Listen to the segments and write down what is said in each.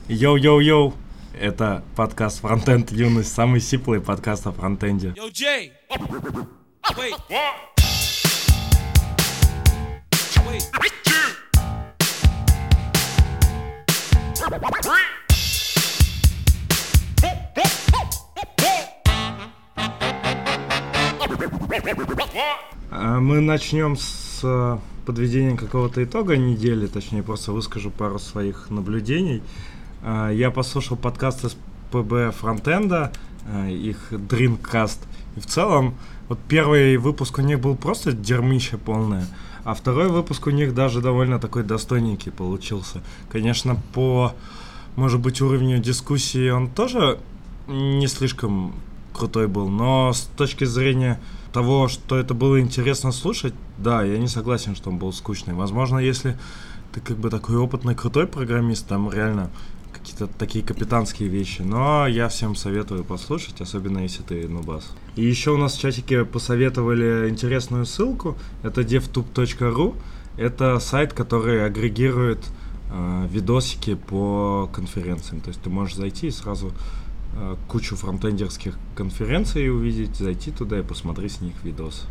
Йоу-йоу-йоу! Это подкаст «Фронтенд Юность», самый сиплый подкаст о фронтенде. Yo, Jay! Wait! Wait! Мы начнем с подведения какого-то итога недели, точнее, просто выскажу пару своих наблюдений. Я послушал подкаст из ПБ Фронтенда, их Dreamcast, и в целом, вот первый выпуск у них был просто дерьмище полное, а второй выпуск у них даже довольно такой достойненький получился. Конечно, по, может быть, уровню дискуссии он тоже не слишком крутой был, но с точки зрения того, что это было интересно слушать, да, я не согласен, что он был скучный. Возможно, если ты как бы такой опытный, крутой программист, там реально какие-то такие капитанские вещи, но я всем советую послушать, особенно если ты нубас. И еще у нас в чатике посоветовали интересную ссылку, это devtube.ru, это сайт, который агрегирует видосики по конференциям, то есть ты можешь зайти и сразу кучу фронтендерских конференций увидеть, зайти туда и посмотреть с них видос.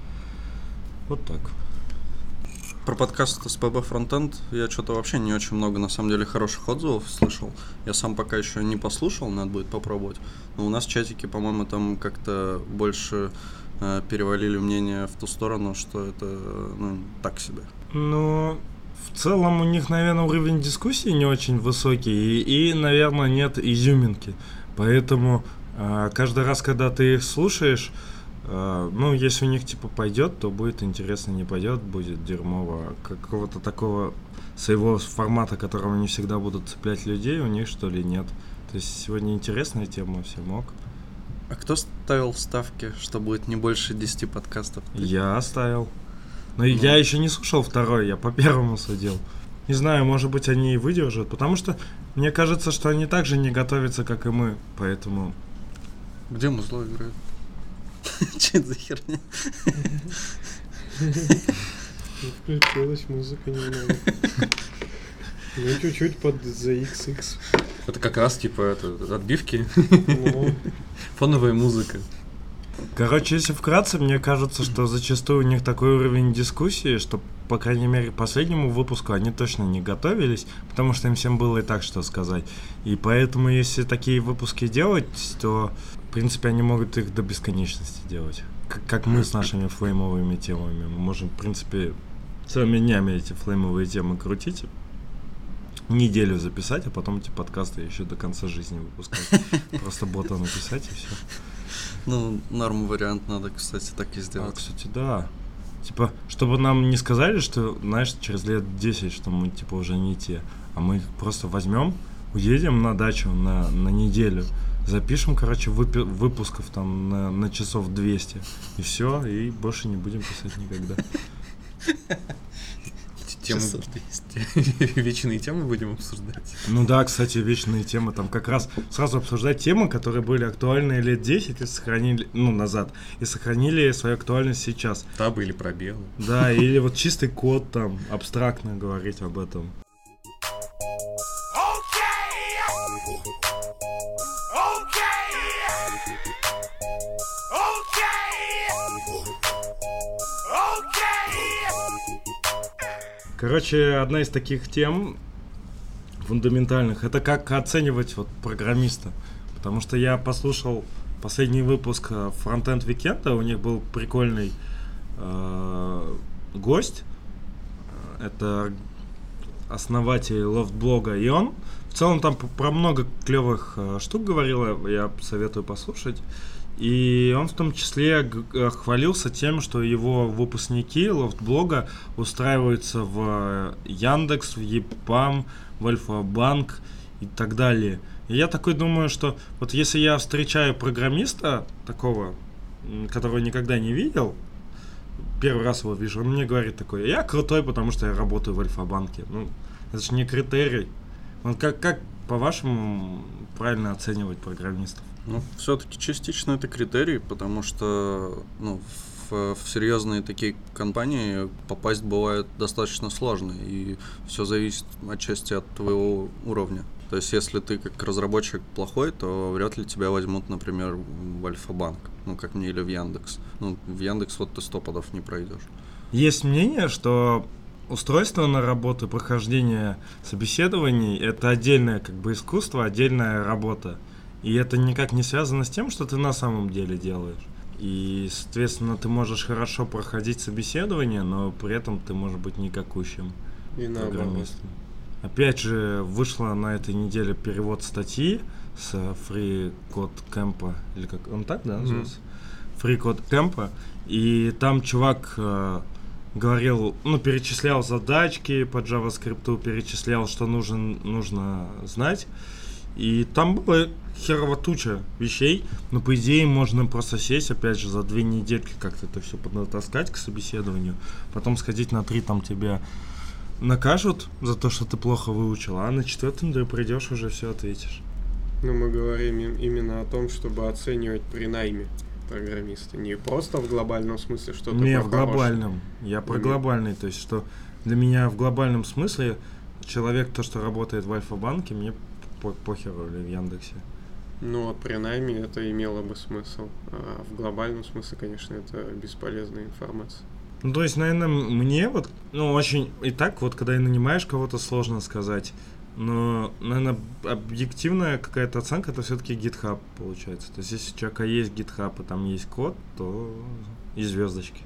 Вот так. Про подкаст СПБ Фронтенд я что-то вообще не очень много, на самом деле, хороших отзывов слышал. Я сам пока еще не послушал, надо будет попробовать. Но у нас в чатике, по-моему, там как-то больше перевалили мнение в ту сторону, что это, так себе. Ну, в целом у них, наверное, уровень дискуссии не очень высокий и наверное, нет изюминки. Поэтому каждый раз, когда ты их слушаешь, если у них типа пойдет, то будет интересно, не пойдет, будет дерьмово. Какого-то такого своего формата, которого не всегда будут цеплять людей, у них что ли нет. То есть сегодня интересная тема, всем ок. А кто ставил ставки, что будет не больше 10 подкастов? Я ставил. Но я еще не слушал второй, я по первому судил. Не знаю, может быть, они и выдержат, потому что мне кажется, что они так же не готовятся, как и мы, поэтому... Где музло играет? Че это за херня? Включилась музыка немного. Ну, чуть-чуть под ZXX. Это как раз типа отбивки. Ну. Фоновая музыка. Короче, если вкратце, мне кажется, что зачастую у них такой уровень дискуссии, что, по крайней мере, к последнему выпуску они точно не готовились, потому что им всем было и так что сказать. И поэтому, если такие выпуски делать, то, в принципе, они могут их до бесконечности делать. Как мы с нашими флеймовыми темами. Мы можем, в принципе, целыми днями эти флеймовые темы крутить, неделю записать, а потом эти подкасты еще до конца жизни выпускать. Просто бота написать и все. Норм вариант надо, кстати, так и сделать. Кстати, да. Типа, чтобы нам не сказали, что, знаешь, через лет 10, что мы, типа, уже не те. А мы их просто возьмем, уедем на дачу на неделю, запишем, короче, выпусков там на часов 200. И все, и больше не будем писать никогда. Вечные темы будем обсуждать. Ну да, кстати, вечные темы. Там как раз сразу обсуждать темы, которые были актуальны лет 10 и сохранили, назад, и сохранили свою актуальность сейчас. Табы или пробелы. Да, или вот чистый код там, абстрактно говорить об этом. Короче, одна из таких тем фундаментальных, это как оценивать программиста. Потому что я послушал последний выпуск Frontend Weekend, у них был прикольный гость. Это основатель лофт-блога, и он в целом там про много клевых штук говорил, я советую послушать. И он в том числе хвалился тем, что его выпускники лофт-блога устраиваются в Яндекс, в Епам, в Альфа-банк и так далее. И я такой думаю, что вот если я встречаю программиста такого, которого никогда не видел, первый раз его вижу, он мне говорит такой: я крутой, потому что я работаю в Альфа-банке. Это же не критерий. Как по-вашему правильно оценивать программистов? Все-таки частично это критерий, потому что в серьезные такие компании попасть бывает достаточно сложно, и все зависит отчасти от твоего уровня. То есть, если ты как разработчик плохой, то вряд ли тебя возьмут, например, в Альфа-банк, ну, как мне, или в Яндекс. Ну, в Яндекс вот ты 100 не пройдешь. Есть мнение, что устройство на работу, прохождение собеседований — это отдельное как бы искусство, отдельная работа. И это никак не связано с тем, что ты на самом деле делаешь. И, соответственно, ты можешь хорошо проходить собеседование, но при этом ты можешь быть никакущим И наоборот. программистом. Опять же, вышла на этой неделе перевод статьи с Free Code Camp, или как он так, да, назывался? Free Code Camp, и там чувак говорил, ну, перечислял задачки по JavaScript, перечислял, что нужно знать, и там было херово туча вещей, но по идее можно просто сесть, опять же, за 2 недельки как-то это все поднатаскать к собеседованию, потом сходить на 3, там тебя накажут за то, что ты плохо выучил, а на 4-м ты придешь, уже все ответишь. Но мы говорим именно о том, чтобы оценивать при найме программиста. Не просто в глобальном смысле, что ты Не, в похож. глобальном. Я про глобальный. То есть, что для меня в глобальном смысле человек, то, что работает в Альфа-банке, мне похеру, или в Яндексе. Ну, вот при найме это имело бы смысл. А в глобальном смысле, конечно, это бесполезная информация. Ну, то есть, наверное, мне вот, ну, очень... И так вот, когда и нанимаешь кого-то, сложно сказать. Но, наверное, объективная какая-то оценка — это все-таки GitHub получается. То есть, если у человека есть GitHub и там есть код, то и звездочки.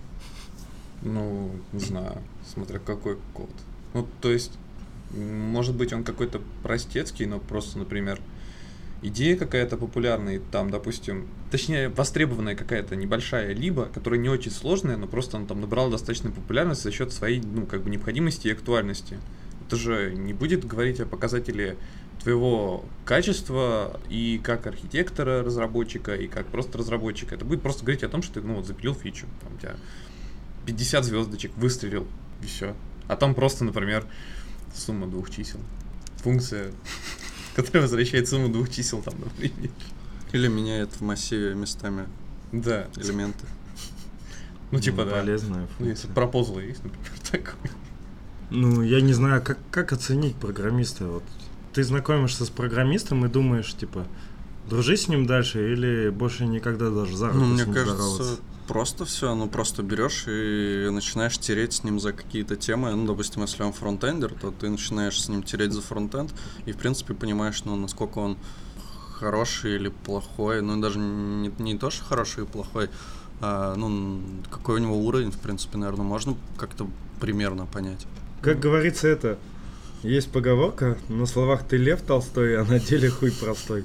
Ну, не знаю, смотря какой код. Ну, то есть, может быть, он какой-то простецкий, но просто, например, идея какая-то популярная, там, допустим, точнее, востребованная какая-то небольшая либо, которая не очень сложная, но просто она там набрала достаточную популярность за счет своей, ну, как бы необходимости и актуальности. Это же не будет говорить о показателе твоего качества и как архитектора, разработчика, и как просто разработчика. Это будет просто говорить о том, что ты, ну, вот, запилил фичу, там у тебя 50 звездочек, выстрелил, и все. А там просто, например, сумма 2 чисел. Функция, которая возвращает сумму 2 чисел, там, например. Или меняет в массиве местами Да. элементы. Ну, типа, да. Полезная Ну, если функция. пропозал есть, например, такой. Ну, я не знаю, как оценить программиста. Вот ты знакомишься с программистом и думаешь, типа, дружить с ним дальше или больше никогда даже за руку Ну, с мне ним кажется, здороваться? просто все, ну, просто берешь и начинаешь тереть с ним за какие-то темы. Ну, допустим, если он фронтендер, то ты начинаешь с ним тереть за фронтенд и, в принципе, понимаешь, ну, насколько он хороший или плохой. Ну, даже не то, что хороший и плохой, а, ну, какой у него уровень, в принципе, наверное, можно как-то примерно понять. Как говорится, есть поговорка: на словах ты Лев Толстой, а на деле хуй простой.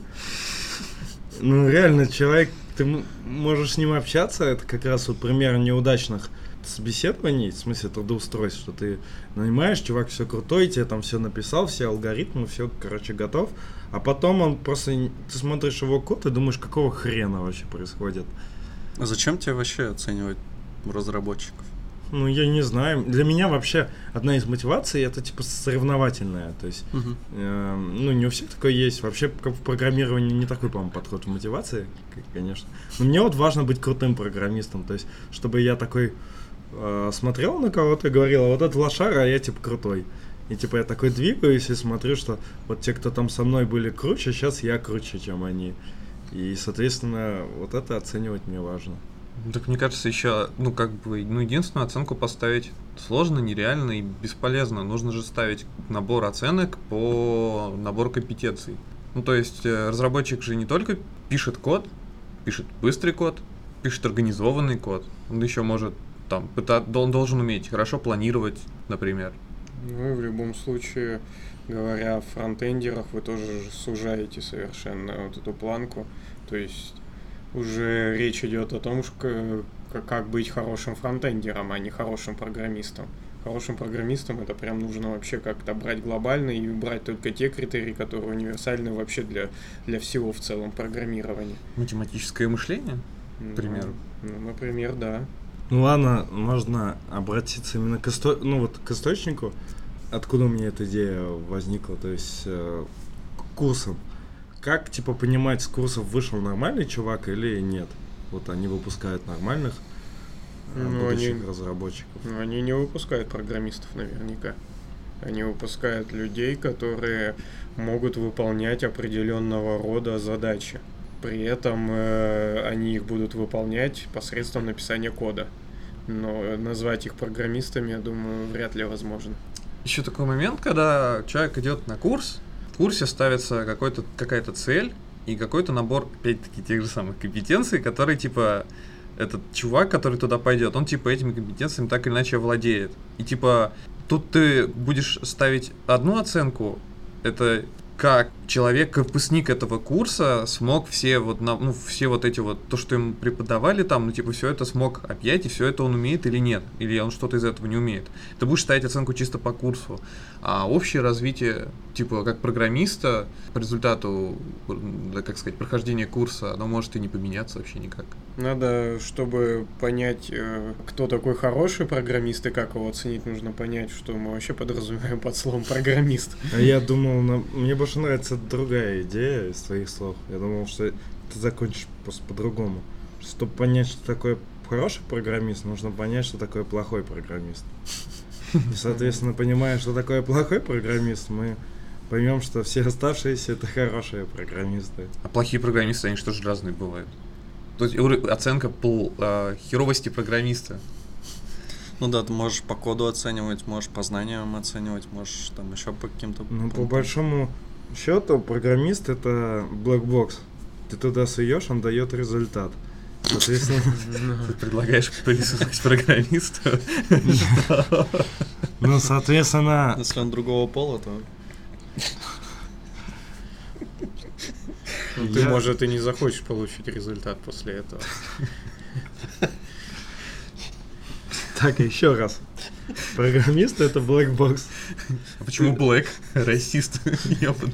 Ну, реально, человек, ты можешь с ним общаться, это как раз вот пример неудачных собеседований, в смысле трудоустройств, что ты нанимаешь, чувак все крутой, тебе там все написал, все алгоритмы, все, короче, готов, а потом он просто, ты смотришь его код и думаешь, какого хрена вообще происходит. А зачем тебе вообще оценивать разработчиков? Ну, я не знаю. Для меня вообще одна из мотиваций — это типа соревновательная. То есть, ну, не у всех такое есть. Вообще, как в программировании не такой, по-моему, подход в мотивации, конечно. Но мне вот важно быть крутым программистом. То есть, чтобы я такой смотрел на кого-то и говорил: а вот это лошара, а я типа крутой. И типа я такой двигаюсь и смотрю, что вот те, кто там со мной были круче, сейчас я круче, чем они. И, соответственно, вот это оценивать мне важно. Так мне кажется, еще, ну, как бы, ну, единственную оценку поставить сложно, нереально и бесполезно. Нужно же ставить набор оценок по набору компетенций. Ну, то есть, разработчик же не только пишет код, пишет быстрый код, пишет организованный код. Он еще может, там, он должен уметь хорошо планировать, например. Ну и в любом случае, говоря о фронтендерах, вы тоже сужаете совершенно вот эту планку. То есть уже речь идет о том, как быть хорошим фронтендером, а не хорошим программистом. Хорошим программистом это прям нужно вообще как-то брать глобально и брать только те критерии, которые универсальны вообще для всего в целом программирования. Математическое мышление, к примеру. Ну, например, да. Ну ладно, можно обратиться именно к источнику, откуда у меня эта идея возникла, то есть к курсам. Как, типа, понимать, с курсов вышел нормальный чувак или нет? Вот они выпускают нормальных будущих разработчиков. Они не выпускают программистов наверняка. Они выпускают людей, которые могут выполнять определенного рода задачи. При этом они их будут выполнять посредством написания кода. Но назвать их программистами, я думаю, вряд ли возможно. Еще такой момент, когда человек идет на курс, в курсе ставится какая-то цель и какой-то набор, опять-таки, тех же самых компетенций, которые, типа, этот чувак, который туда пойдет, он, типа, этими компетенциями так или иначе владеет. И, типа, тут ты будешь ставить одну оценку, это как человек, выпускник этого курса, смог все вот эти вот, то, что ему преподавали там, все это смог объять, и все это он умеет или нет, или он что-то из этого не умеет. Ты будешь ставить оценку чисто по курсу, а общее развитие, типа, как программиста, по результату, как сказать, прохождения курса, оно может и не поменяться вообще никак. Надо, чтобы понять, кто такой хороший программист и как его оценить, нужно понять, что мы вообще подразумеваем под словом программист. А я думал, мне больше нравится другая идея из твоих слов. Я думал, что ты закончишь просто по-другому. Чтобы понять, что такое хороший программист, нужно понять, что такое плохой программист. И, соответственно, понимая, что такое плохой программист, мы поймем, что все оставшиеся — это хорошие программисты. А плохие программисты, они что же разные бывают? То есть оценка по херовости программиста. Ну да, ты можешь по коду оценивать, можешь по знаниям оценивать, можешь там еще по каким-то... Ну, по большому счету, программист — это black box. Ты туда суешь, он дает результат. Соответственно... Ты предлагаешь присутствовать программисту? Ну, соответственно... Если он другого пола, то... Ты, может, и не захочешь получить результат после этого. Так, еще раз. Программист — это black box. А почему black? Расист. Ёбаный.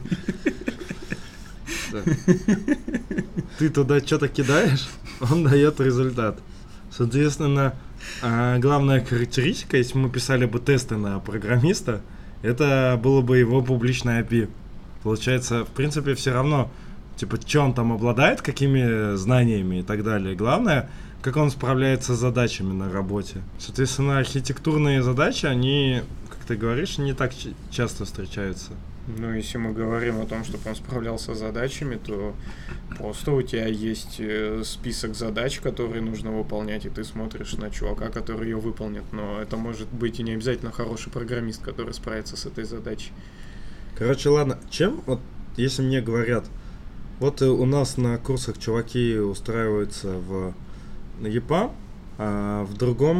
Ты туда что-то кидаешь, он дает результат. Соответственно, главная характеристика, если мы писали бы тесты на программиста, это было бы его публичное API. Получается, в принципе, все равно, типа, что он там обладает, какими знаниями и так далее. Главное, как он справляется с задачами на работе. Соответственно, архитектурные задачи, они, как ты говоришь, не так часто встречаются. Ну, если мы говорим о том, чтобы он справлялся с задачами, то просто у тебя есть список задач, которые нужно выполнять, и ты смотришь на чувака, который ее выполнит. Но это может быть и не обязательно хороший программист, который справится с этой задачей. Короче, ладно, вот если мне говорят, вот у нас на курсах чуваки устраиваются на EPAM, а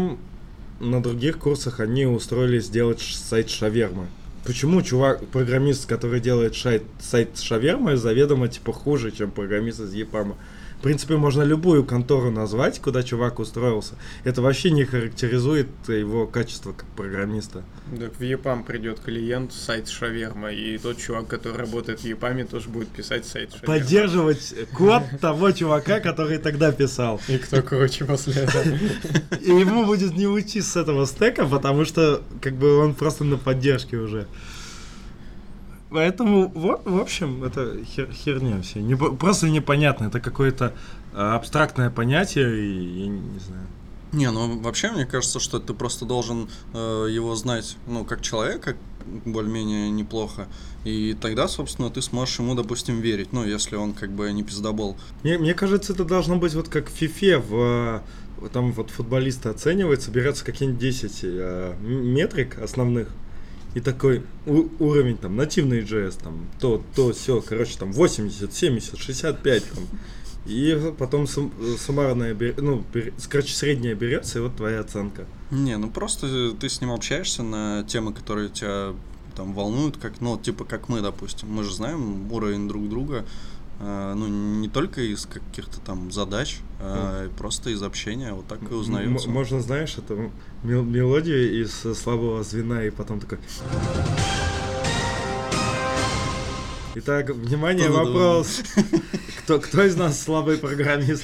на других курсах они устроились сделать сайт шавермы. Почему программист, который делает сайт шавермы, заведомо типа хуже, чем программист из EPAM? В принципе, можно любую контору назвать, куда чувак устроился. Это вообще не характеризует его качество как программиста. Так в EPAM придет клиент, сайт шаверма, и тот чувак, который работает в EPAM, тоже будет писать сайт шаверма. Поддерживать код того чувака, который тогда писал. И кто круче после этого. И ему будет не уйти с этого стека, потому что как бы он просто на поддержке уже. Поэтому, в общем, это херня все. Просто непонятно. Это какое-то абстрактное понятие, и я не знаю. Не, ну вообще мне кажется, что ты просто должен его знать, ну, как человека, более-менее неплохо. И тогда, собственно, ты сможешь ему, допустим, верить. Ну, если он как бы не пиздобол. Мне кажется, это должно быть вот как в FIFA, там вот футболисты оценивают, собираются какие-нибудь 10 метрик основных. И такой уровень, там, нативный JS, там, то, все, короче, там, 80, 70, 65, там. И потом суммарная, короче, средняя берется, и вот твоя оценка. Не, ну просто ты с ним общаешься на темы, которые тебя там волнуют, как, ну, типа, как мы, допустим. Мы же знаем уровень друг друга, ну, не только из каких-то там задач, а просто из общения, вот так и узнаются. Можно, знаешь, это мелодию из слабого звена, и потом такой... Итак, внимание, вопрос. Кто из нас слабый программист?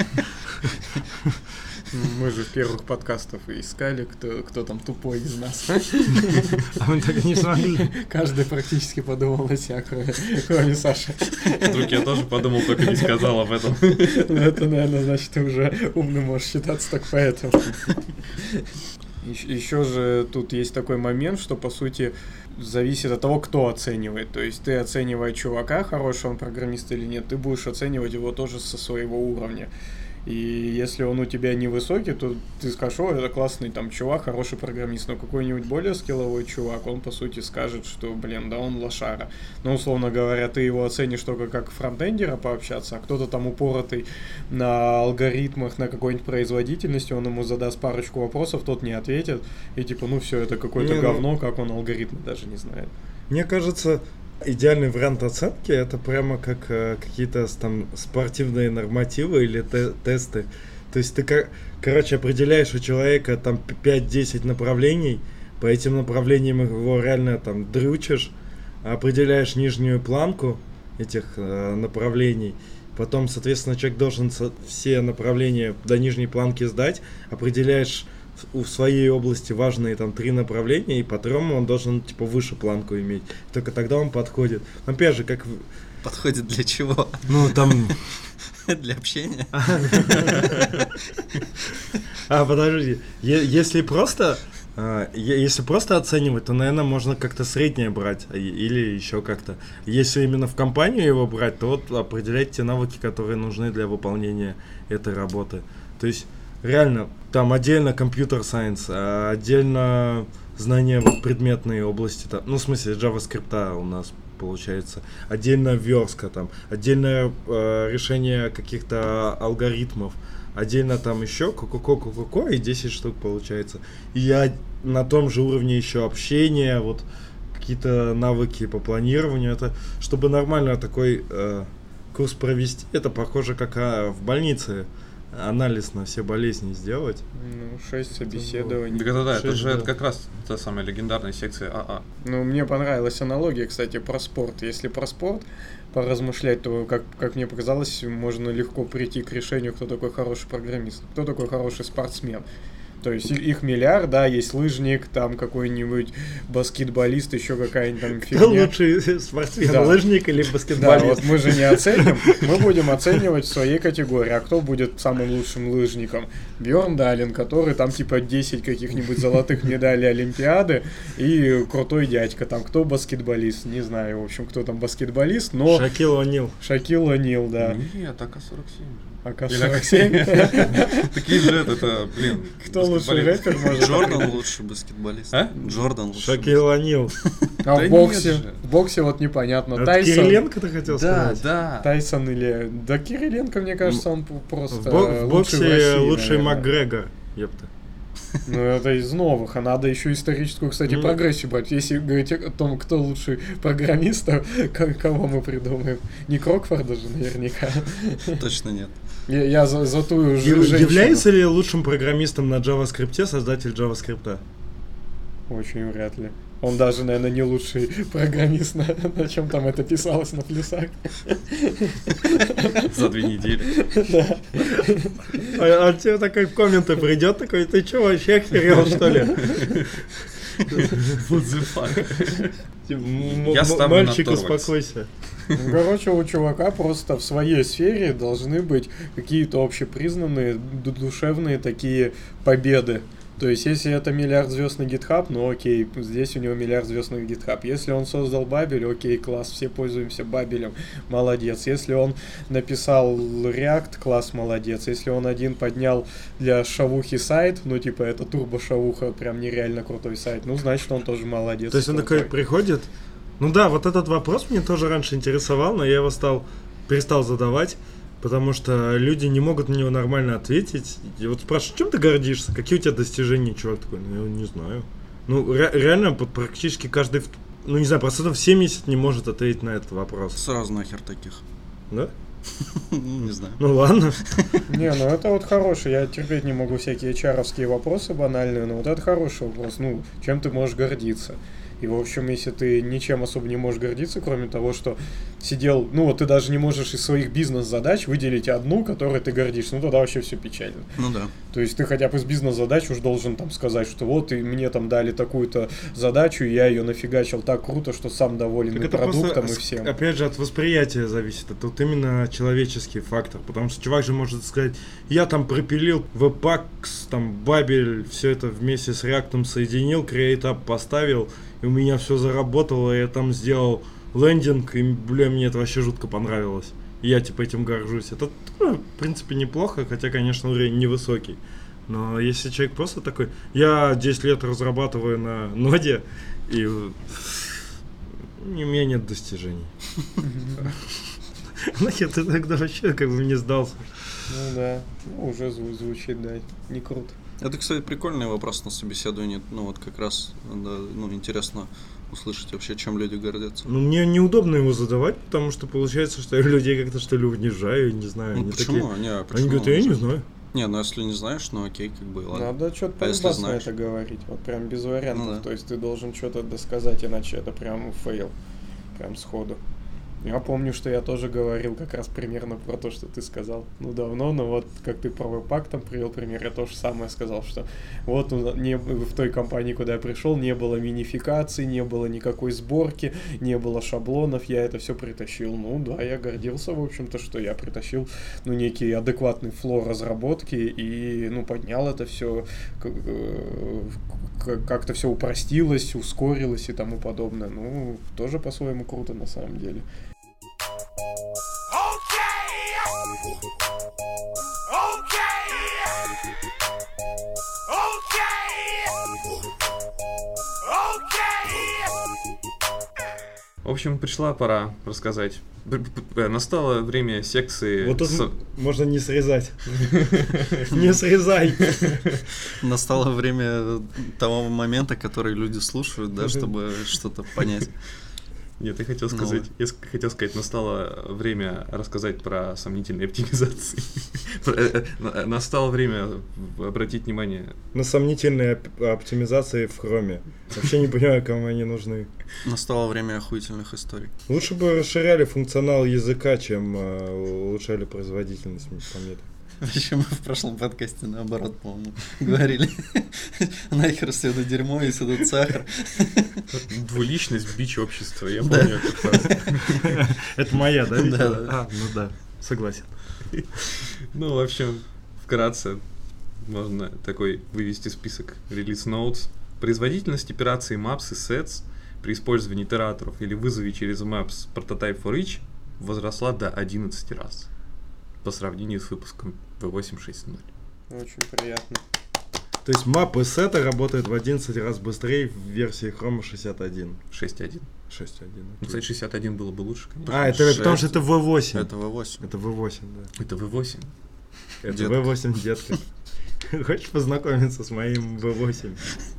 Мы же в первых подкастах искали, кто там тупой из нас. А мы так и не смогли. Каждый практически подумал на себя, кроме Саши. Вдруг я тоже подумал, только не сказал об этом. Ну, это, наверное, значит, ты уже умный можешь считаться, так поэтому. Еще же тут есть такой момент, что по сути зависит от того, кто оценивает. То есть ты оценивая чувака, хороший он программист или нет, ты будешь оценивать его тоже со своего уровня. И если он у тебя невысокий, то ты скажешь: о, это классный там чувак, хороший программист. Но какой-нибудь более скилловой чувак, он по сути скажет, что, блин, да он лошара. Но, условно говоря, ты его оценишь только как фронтендера пообщаться, а кто-то там упоротый на алгоритмах, на какой-нибудь производительности, он ему задаст парочку вопросов, тот не ответит. И типа, ну все, это какое-то говно, как он алгоритмы даже не знает. Мне кажется, идеальный вариант оценки — это прямо как какие-то там спортивные нормативы или тесты. То есть ты, короче, определяешь у человека там 5-10 направлений, по этим направлениям его реально там дрючишь, определяешь нижнюю планку этих направлений, потом, соответственно, человек должен все направления до нижней планки сдать, определяешь в своей области важные там 3 направления, и по 3 он должен типа выше планку иметь. Только тогда он подходит. Опять же, как... Подходит для чего? Ну, там... Для общения? Подожди. Если просто оценивать, то, наверное, можно как-то среднее брать, или еще как-то. Если именно в компанию его брать, то вот определять те навыки, которые нужны для выполнения этой работы. То есть реально, там отдельно компьютер-сайенс, отдельно знания в предметной области, там, ну, в смысле, JavaScript у нас получается, отдельно верстка, там, отдельное решение каких-то алгоритмов, отдельно там еще ко-ко-ко, и 10 штук получается. И я на том же уровне еще общения, вот какие-то навыки по планированию, это, чтобы нормально такой курс провести, это похоже как в больнице. Анализ на все болезни сделать. Ну, 6 собеседований. Так это да, это 6, же да. это как раз та самая легендарная секция АА. Ну, мне понравилась аналогия, кстати, про спорт. Если про спорт поразмышлять, то, как мне показалось, можно легко прийти к решению, кто такой хороший программист, кто такой хороший спортсмен. То есть их миллиард, да, есть лыжник, там какой-нибудь баскетболист, еще какая-нибудь там Кто фигня. лучший спортсмен, Да. лыжник или Да, баскетболист? вот мы же не оценим, мы будем оценивать в своей категории. А кто будет самым лучшим лыжником? Бьорн Далин, который там типа 10 каких-нибудь золотых медалей Олимпиады и крутой дядька. Там кто баскетболист? Не знаю, в общем, кто там баскетболист, но... Шакил О'Нил. Шакил О'Нил, да. Нет, АК-47. АК-47. Такие же это, блин. Кто лучший баскетболист. рэпер может... Джордан лучший баскетболист. А? Джордан лучший. Шакил О'Нил. А Да в нет боксе? же. В боксе вот непонятно. Это Тайсон. Кириленко ты хотел Да, сказать? да. Тайсон или... Да Кириленко, мне кажется, он просто В лучший боксе в России, лучший наверное. Макгрегор, ёпта. Ну, это из новых, а надо еще историческую, кстати, Ну. прогрессию брать. Если говорить о том, кто лучший программист, то кого мы придумаем? Не Крокфорда же наверняка. Точно нет. Я за ту женщину. Является ли лучшим программистом на JavaScript создатель JavaScript? Очень вряд ли. Он даже, наверное, не лучший программист, на чем там это писалось на плюсах. За 2 недели. А тебе такой в комменты придет, такой: ты че, вообще охерел, что ли? What the fuck? Я М- ставлю на Мальчик, Торвальдс. успокойся. Ну, короче, у чувака просто в своей сфере должны быть какие-то общепризнанные, душевные такие победы. То есть, если это миллиард звезд на GitHub, ну окей, здесь у него миллиард звезд на GitHub. Если он создал Бабель, окей, класс, все пользуемся Бабелем, молодец. Если он написал React, класс, молодец. Если он один поднял для шавухи сайт, ну типа это турбо-шавуха, прям нереально крутой сайт, ну значит он тоже молодец. То есть он такой крутой. приходит. Ну да, вот этот вопрос мне тоже раньше интересовал, но я его перестал задавать, потому что люди не могут на него нормально ответить. И вот спрашивают: чем ты гордишься? Какие у тебя достижения? Чувак такой: ну, я не знаю. Ну, реально, практически каждый, ну, не знаю, процентов 70 не может ответить на этот вопрос. Сразу нахер таких. Да? Не знаю. Ну ладно. Не, ну это вот хороший, я терпеть не могу всякие HR-овские вопросы банальные, но вот это хороший вопрос, ну, чем ты можешь гордиться? И, в общем, если ты ничем особо не можешь гордиться, кроме того, что сидел, ну, вот ты даже не можешь из своих бизнес-задач выделить одну, которой ты гордишься, ну, тогда вообще все печально. Ну да. То есть ты хотя бы из бизнес-задач уж должен там сказать, что вот, и мне там дали такую-то задачу, и я ее нафигачил так круто, что сам доволен Так и это продуктом, и просто, всем. опять же, от восприятия зависит. Это вот именно человеческий фактор. Потому что чувак же может сказать, я там пропилил Webpack, там Babel, все это вместе с React соединил, CreateUp поставил, и у меня все заработало, и я там сделал лендинг, и, бля, мне это вообще жутко понравилось. И я, типа, этим горжусь. Это, в принципе, неплохо, хотя, конечно, уровень невысокий. Но если человек просто такой... Я 10 лет разрабатываю на ноде, и у меня нет достижений. Нахер ты тогда вообще как бы мне сдался? Ну да, ну, уже звучит, да, не круто. Это, кстати, прикольный вопрос на собеседовании. Ну, вот как раз, да, ну, интересно услышать вообще, чем люди гордятся. Ну, мне неудобно его задавать, потому что получается, что я людей как-то, что ли, унижаю, не знаю. Ну, они почему? такие... Не, почему? Они говорят, я не знаю. Не, ну если не знаешь, ну окей, как бы, ладно. Надо что-то А если полюбасно знаешь? это говорить, вот прям без вариантов. Ну да. То есть ты должен что-то досказать, иначе это прям фейл, прям сходу. Я помню, что я тоже говорил как раз примерно про то, что ты сказал. Ну, давно, но вот как ты про Webpack там привел пример, я то же самое сказал, что вот в той компании, куда я пришел, не было минификации, не было никакой сборки, не было шаблонов, я это все притащил. Ну, да, я гордился, в общем-то, что я притащил, ну, некий адекватный флоу разработки и, ну, поднял это все, как-то все упростилось, ускорилось и тому подобное. Ну, тоже по-своему круто на самом деле. В общем, пришла пора рассказать. Настало время секции... Вот тут можно не срезать. Не срезай. Настало время того момента, который люди слушают, да, чтобы что-то понять. Нет, я хотел сказать, настало время рассказать про сомнительные оптимизации. Настало время обратить внимание. На сомнительные оптимизации в хроме. Вообще не понимаю, кому они нужны. Настало время охуительных историй. Лучше бы расширяли функционал языка, чем улучшали производительность по методу. Вообще мы в прошлом подкасте наоборот, по-моему, говорили. Нахер все это дерьмо и сюда сахар. Двуличность, бич общества, я помню эту фразу. Это моя, да? Да. Ну да, согласен. Ну, в общем, вкратце можно такой вывести список release notes. Производительность операции maps и sets при использовании итераторов или вызове через maps prototype for each возросла до 11 раз по сравнению с выпуском V8.6.0. Очень приятно. То есть мапы сета работают в 11 раз быстрее в версии Chrome 61. 6.1. 6.1. Ну, кстати, 61 было бы лучше, конечно. Это потому что это V8. Это V8. Это V8, да. Это V8. Это Детка. V8, детка. Хочешь познакомиться с моим V8?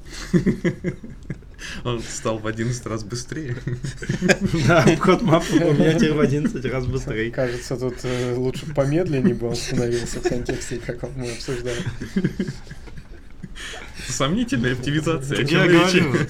Он стал в 11 раз быстрее. Да, обход мапы у меня теперь в 11 раз быстрее. Кажется, тут лучше помедленнее бы он становился в контексте, как мы обсуждали. Сомнительная оптимизация. О Я чем речь? говорю.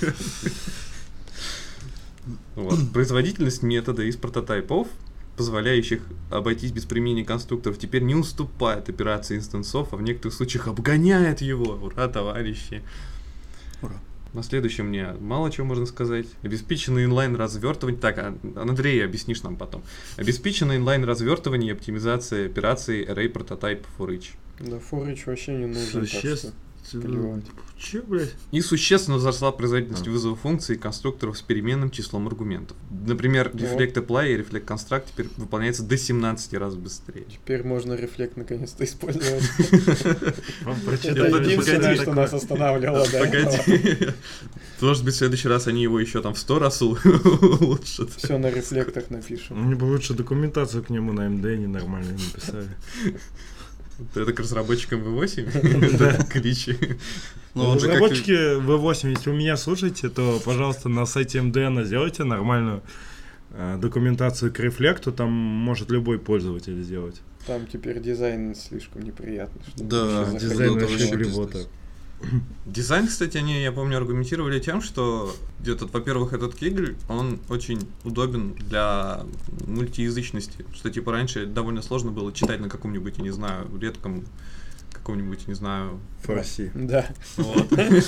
Вот. Производительность метода из прототипов, позволяющих обойтись без применения конструкторов, теперь не уступает операции инстансов, а в некоторых случаях обгоняет его. Ура, товарищи! Ура. На следующем мне мало чего можно сказать. Обеспеченное инлайн-развертывание... Так, Андрей, объяснишь нам потом. Обеспеченное инлайн-развертывание и оптимизация операции Array Prototype for each. Да, форич вообще не нужен, так что плевать. Че, блядь? И существенно возросла производительность вызова функций и конструкторов с переменным числом аргументов. Например, Reflect Apply и Reflect Construct теперь выполняется до 17 раз быстрее. Теперь можно рефлект наконец-то использовать. Это Это единственное, что нас останавливало до этого. Погоди. Может быть, в следующий раз они его еще там в 100 раз улучшат. Все на рефлектах напишем. Мне бы лучше документацию к нему на МД нормально написали. Это к разработчикам V8? Да. Кличи. Ну, он же как и- Разработчики V8, если вы меня слушаете, то, пожалуйста, на сайте МДН сделайте нормальную документацию к рефлекту, там может любой пользователь сделать. Там теперь дизайн слишком неприятный. Чтобы Да, вообще Дизайн это вообще вообще блевота. Дизайн, кстати, они, я помню, аргументировали тем, что во-первых, этот Kegel, он очень удобен для мультиязычности, что типа раньше довольно сложно было читать на каком-нибудь, я не знаю, редком каком-нибудь, не знаю, Фарси. Да. вот.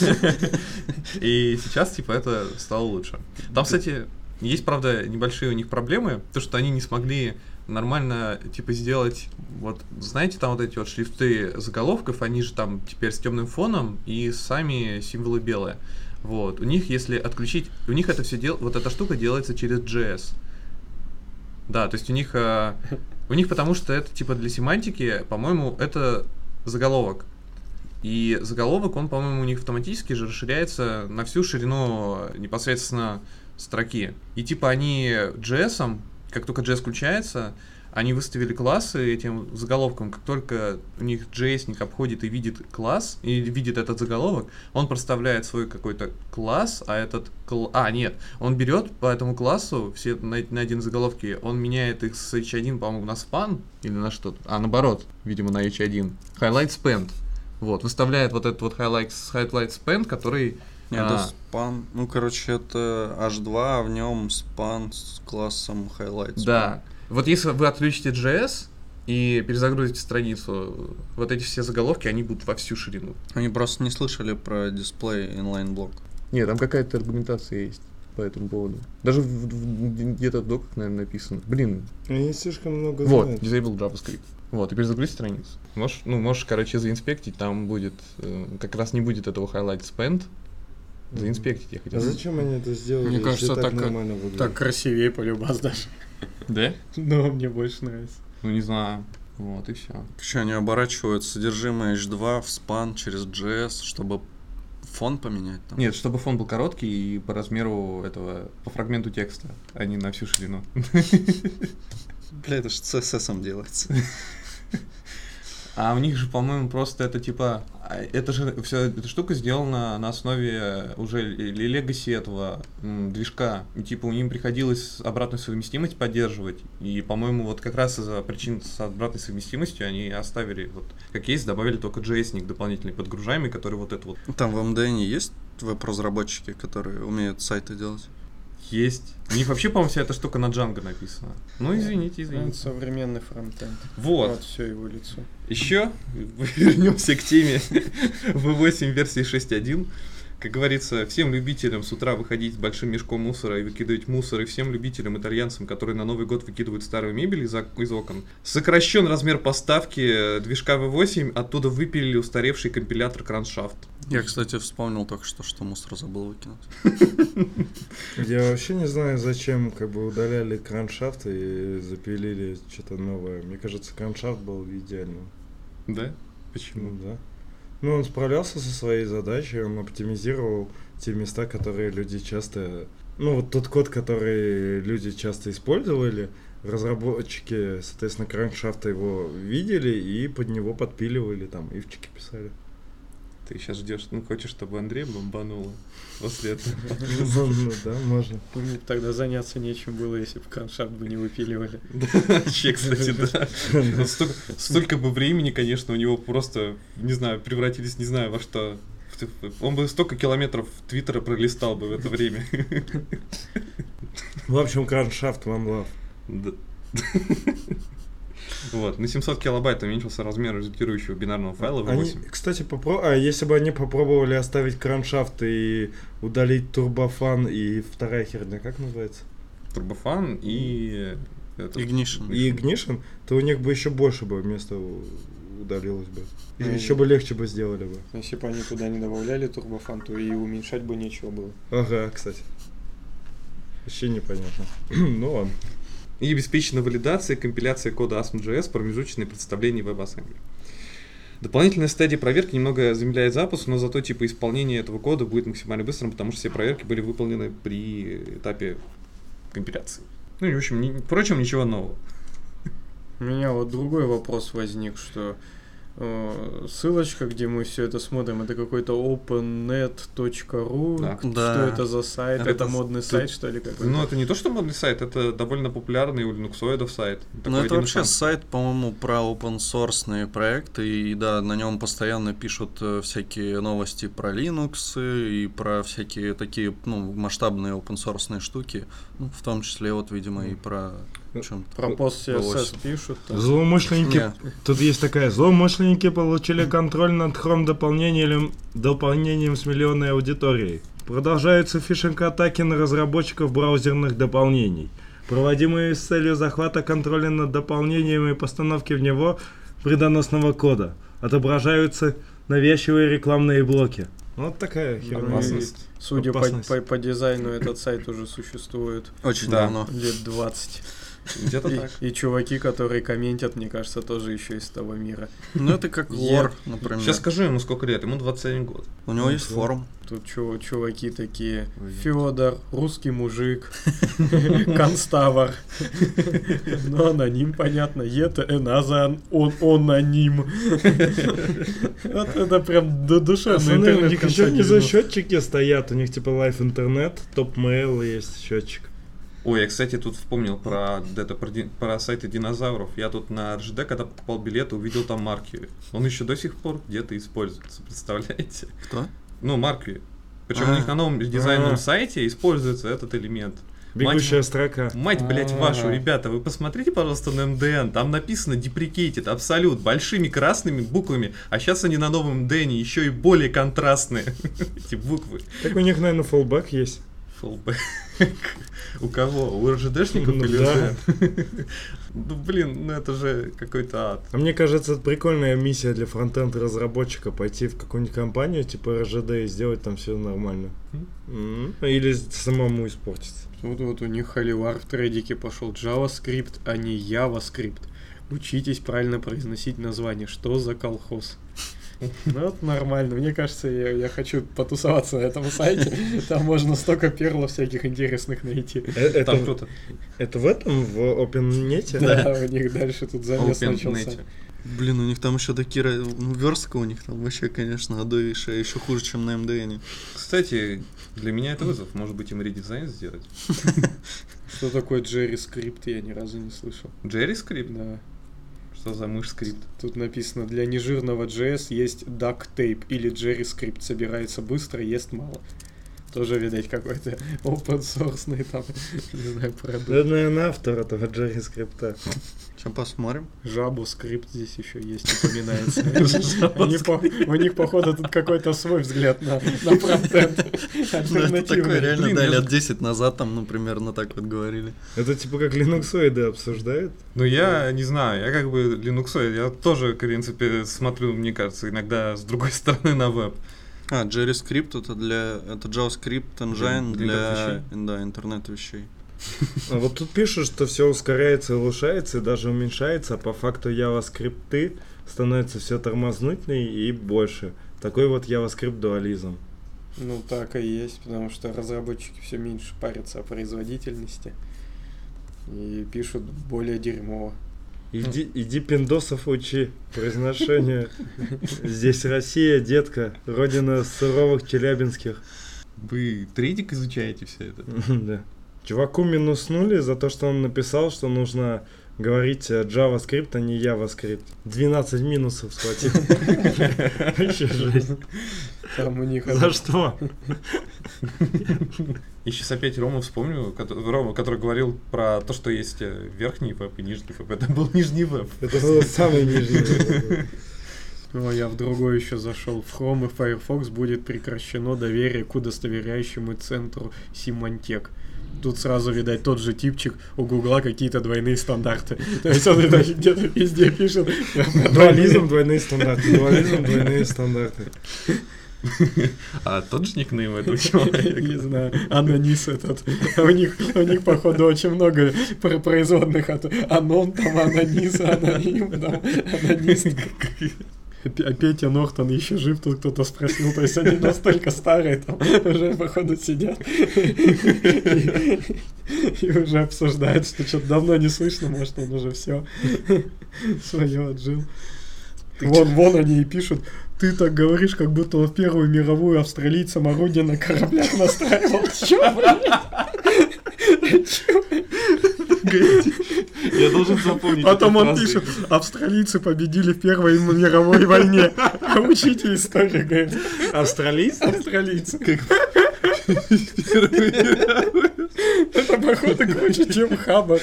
И сейчас, типа, это стало лучше. Там, кстати, есть, правда, небольшие у них проблемы, то, что они не смогли нормально, типа, сделать, вот, знаете, там вот эти вот шрифты заголовков, они же там теперь с темным фоном и сами символы белые. Вот. У них, если отключить, у них это все вот эта штука делается через JS. Да, то есть у них потому что это, типа, для семантики, по-моему, это заголовок. И заголовок, он, по-моему, у них автоматически же расширяется на всю ширину непосредственно строки. И типа они JS-ом, как только JS включается, они выставили классы этим заголовком. Как только у них JS-ник обходит и видит класс, и видит этот заголовок, он проставляет свой какой-то класс, а этот нет, он берет по этому классу все на один заголовке, он меняет их с h1, по-моему, на span или на что-то, наоборот, видимо, на h1. Highlight spend. Вот, выставляет вот этот вот highlight spend, который... Это span, это H2, а в нем span с классом highlight span. Да. Вот если вы отключите JS и перезагрузите страницу, вот эти все заголовки, они будут во всю ширину. Они просто не слышали про дисплей inline block. Нет, там какая-то аргументация есть по этому поводу. Даже где-то в доках, наверное, написано. Блин. Они слишком много Вот, знают. disable JavaScript. Вот, и перезагрузи страницу. Можешь, заинспектить, там будет, как раз не будет этого highlight spend. Заинспектить я хотел. А зачем они это сделали? Мне кажется, если так нормально выглядит? Так красивее полюбас даже. Да? Но мне больше нравится. Ну, не знаю. Вот, и все. Почему они оборачивают содержимое H2 в span через JS, чтобы фон поменять там? Нет, чтобы фон был короткий и по размеру этого, по фрагменту текста, а не на всю ширину. Бля, это же CSS делается. А у них же, по-моему, просто это типа... Это же вся эта штука сделана на основе уже легаси этого движка. И типа у них приходилось обратную совместимость поддерживать. И, по-моему, вот как раз из-за причин с обратной совместимостью они оставили, вот как есть, добавили только JS-ник дополнительный подгружаемый, который вот это вот... Там в MDN есть веб-разработчики, которые умеют сайты делать? Есть. У них вообще, по-моему, вся эта штука на Django написана. Ну, извините. Это современный фронтенд. Вот. Все его лицо. Еще вернемся к теме V8 версии 6.1. Как говорится, всем любителям с утра выходить с большим мешком мусора и выкидывать мусор, и всем любителям итальянцам, которые на Новый год выкидывают старую мебель из окон, сокращен размер поставки движка V8, оттуда выпилили устаревший компилятор Crankshaft. Я, кстати, вспомнил только что мусор забыл выкинуть. Я вообще не знаю, зачем удаляли краншафт и запилили что-то новое. Мне кажется, краншафт был идеальным. Да? Почему? Ну да. Ну, он справлялся со своей задачей, он оптимизировал те места, которые люди часто... Ну, вот тот код, который люди часто использовали, разработчики, соответственно, краншафта его видели и под него подпиливали, там, ифчики писали. Ты сейчас ждешь, хочешь, чтобы Андрей бомбануло после этого? Ну да, можно. Тогда заняться нечем было, если бы краншафт бы не выпиливали. Вообще, кстати, да. Столько бы времени, конечно, у него просто, не знаю, превратились, не знаю во что. Он бы столько километров Твиттера пролистал бы в это время. В общем, краншафт one love. Вот, на 700 килобайт уменьшился размер результирующего бинарного файла V8. Кстати, если бы они попробовали оставить краншафт и удалить турбофан и вторая херня, как называется? Турбофан и... Ignition. И Ignition, то у них бы еще больше бы места удалилось бы. И еще бы легче бы сделали бы. Если бы они туда не добавляли турбофан, то и уменьшать бы нечего было. Ага, кстати. Вообще непонятно. Ну ладно. И обеспечена валидация и компиляция кода ASM.js, промежуточные представления WebAssembly. Дополнительная стадия проверки немного замедляет запуск, но зато типа исполнение этого кода будет максимально быстрым, потому что все проверки были выполнены при этапе компиляции. Ну и в общем, впрочем, ничего нового. У меня вот другой вопрос возник, что ссылочка, где мы все это смотрим, это какой-то opennet.ru. Да. Что Да. это за сайт? Это Это с- модный тут- сайт, что ли, какой-то? Ну, это не то, что модный сайт, это довольно популярный у линуксоидов сайт. Ну, Такой это один вообще из самых. сайт, по-моему, про open-source проекты, и да, на нем постоянно пишут всякие новости про Linux и про всякие такие, ну, масштабные open-source штуки, ну, в том числе, вот, видимо, и про чем Про пост CSS Волосин. пишут. там. Злоумышленники... Не. Тут есть такая. Злоумышленники получили контроль над дополнением с миллионной аудиторией. Продолжаются фишинг-атаки на разработчиков браузерных дополнений, проводимые с целью захвата контроля над дополнением и постановки в него вредоносного кода. Отображаются навязчивые рекламные блоки. Вот такая Ну, херня. и, Опасность. судя Опасность. по дизайну, этот сайт уже существует Очень Да. давно. лет 20. Где-то так. И чуваки, которые комментят, мне кажется, тоже еще из того мира. Ну, это как War, например. Сейчас скажу ему, сколько лет. Ему 21 год. У него Ну, есть да. форум. Тут чуваки такие: Федор, русский мужик, конставр. Ну, аноним, понятно. Это Эназан, он аноним. Вот это прям душевный Пацаны, у интернет. них еще не за счетчики стоят, у них типа Live Internet, Top Mail есть счетчик. Ой, я, кстати, тут вспомнил про сайты динозавров. Я тут на РЖД, когда покупал билеты, увидел там Маркьюри. Он еще до сих пор где-то используется, представляете? Кто? Ну, Маркьюри. Причем у них на новом дизайнерном сайте используется этот элемент. Бегущая строка. Мать, блять, вашу, ребята, вы посмотрите, пожалуйста, на MDN, там написано deprecated, абсолют, большими красными буквами, а сейчас они на новом MDN еще и более контрастные, эти буквы. Так у них, наверное, fallback есть. Fallback. У кого? У РЖДшников Ну или да. MDN? Ну, блин, ну это же какой-то ад. А мне кажется, это прикольная миссия для фронтенд разработчика пойти в какую-нибудь компанию типа РЖД и сделать там все нормально. Или самому испортиться. Вот у них холивар в трейдике пошел. JavaScript, а не JavaScript. Учитесь правильно произносить название. Что за колхоз? Ну, вот нормально. Мне кажется, я хочу потусоваться на этом сайте. Там можно столько перлов всяких интересных найти. Там Это, кто-то это в этом, в OpenNet? Да, у них дальше тут замес начался. OpenNet. Блин, у них там еще такие... Ну, верстка у них там вообще, конечно, адовейшая, еще хуже, чем на MDN. Кстати, для меня это вызов. Может быть, им редизайн сделать? Что такое JavaScript, я ни разу не слышал. JavaScript? Да. Что за мышь-скрипт? Тут написано: для нежирного JS есть duct tape или JavaScript. Собирается быстро, ест мало. Тоже, видать, какой-то open-source там, не знаю, продукт. Это, наверное, автор этого JavaScript. Сейчас посмотрим. JavaScript здесь еще есть, упоминается. У них, походу, тут какой-то свой взгляд на фронтенд. Ну, это такое реально, Блин, да, я- лет 10 назад там, ну, примерно так вот говорили. Это типа как линуксоиды обсуждают. Ну, я не знаю, я как бы линуксоид, я тоже, в принципе, смотрю, мне кажется, иногда с другой стороны на веб. А, JavaScript это JavaScript engine Для для да, интернет-вещей. А вот тут пишут, что все ускоряется и улучшается, и даже уменьшается, а по факту JavaScript становится все тормознутней и больше. Такой вот JavaScript дуализм. Ну, так и есть, потому что разработчики все меньше парятся о производительности и пишут более дерьмово. Иди пиндосов учи. Произношение. Здесь Россия, детка. Родина суровых челябинских. Вы трейдик изучаете все это? Да. Чуваку минуснули за то, что он написал, что нужно говорить JavaScript, а не JavaScript. 12 минусов схватил. Вообще жесть. Там у них... За что? И сейчас опять Рому вспомню, Рома, который говорил про то, что есть верхний веб и нижний веб. Это был нижний веб. Это был самый нижний. Ну, я в другой еще зашел. В Chrome и Firefox будет прекращено доверие к удостоверяющему центру Symantec. Тут сразу, видать, тот же типчик у Гугла какие-то двойные стандарты. То есть он где-то везде пишет. Дуализм, двойные стандарты. Дуализм, двойные стандарты. А тот же никнейм этого человека. Не знаю, анонис этот. У них, походу, очень много производных от анон, там анонис, аноним, там анонист. А Петя Нортон еще жив, тут кто-то спросил. То есть они настолько старые, там уже, походу, сидят и уже обсуждают, что что-то давно не слышно, может, он уже все свое отжил. Вон они и пишут, ты так говоришь, как будто он в Первую мировую австралийцам орудия на кораблях настраивал. Чё, блядь? Я должен запомнить. Потом эту он фразу. пишет, австралийцы победили в Первой мировой войне. Учите историю, говорит. Австралийцы? Австралийцы. Это, походу, круче, чем Хаббар.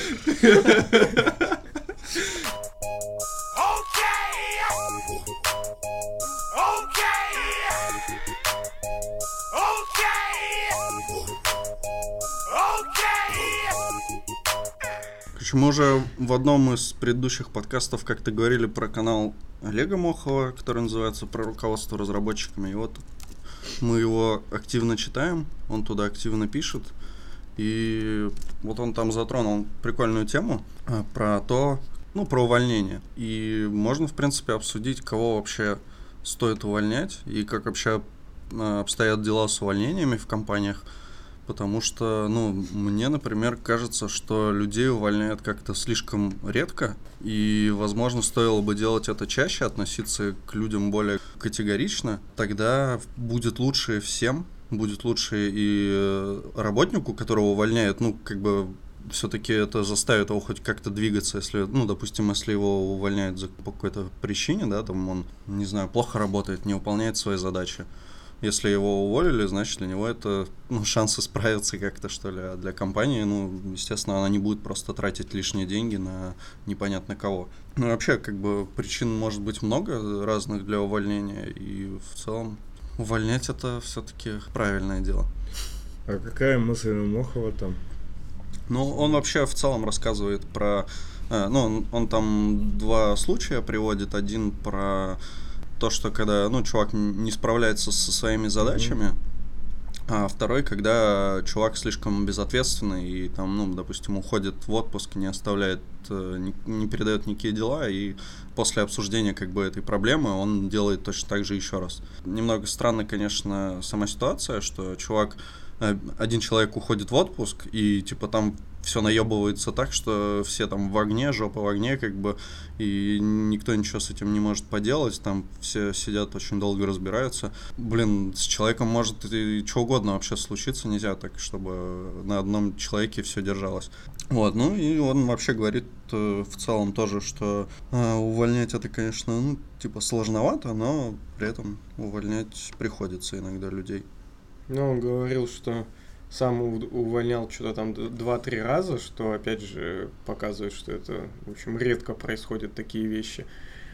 Короче, мы уже в одном из предыдущих подкастов как-то говорили про канал Олега Мохова, который называется «Про руководство разработчиками». И вот мы его активно читаем, он туда активно пишет. И вот он там затронул прикольную тему про то, про увольнение. И можно, в принципе, обсудить, кого вообще стоит увольнять и как вообще обстоят дела с увольнениями в компаниях. Потому что, мне, например, кажется, что людей увольняют как-то слишком редко, и, возможно, стоило бы делать это чаще, относиться к людям более категорично. Тогда будет лучше всем, будет лучше и работнику, которого увольняют, все-таки это заставит его хоть как-то двигаться, если, допустим, если его увольняют по какой-то причине, да, там он, не знаю, плохо работает, не выполняет свои задачи. Если его уволили, значит, для него это шансы справиться как-то, что ли. А для компании, естественно, она не будет просто тратить лишние деньги на непонятно кого. Вообще, причин может быть много разных для увольнения, и в целом увольнять это все-таки правильное дело. А какая мысль у Мохова там? Он вообще в целом рассказывает про... он там два случая приводит. Один про... то, что когда, чувак не справляется со своими задачами, а второй, когда чувак слишком безответственный и там, допустим, уходит в отпуск, не оставляет, не передает никакие дела, и после обсуждения этой проблемы он делает точно так же еще раз. Немного странно, конечно, сама ситуация, что один человек уходит в отпуск, и там все наебывается так, что все там в огне, жопа в огне, и никто ничего с этим не может поделать, там все сидят, очень долго разбираются. С человеком может и что угодно вообще случиться, нельзя так, чтобы на одном человеке все держалось. И он вообще говорит в целом тоже, что увольнять это, конечно, сложновато, но при этом увольнять приходится иногда людей. Он говорил, что сам увольнял что-то там 2-3 раза, что, опять же, показывает, что это, в общем, редко происходят такие вещи.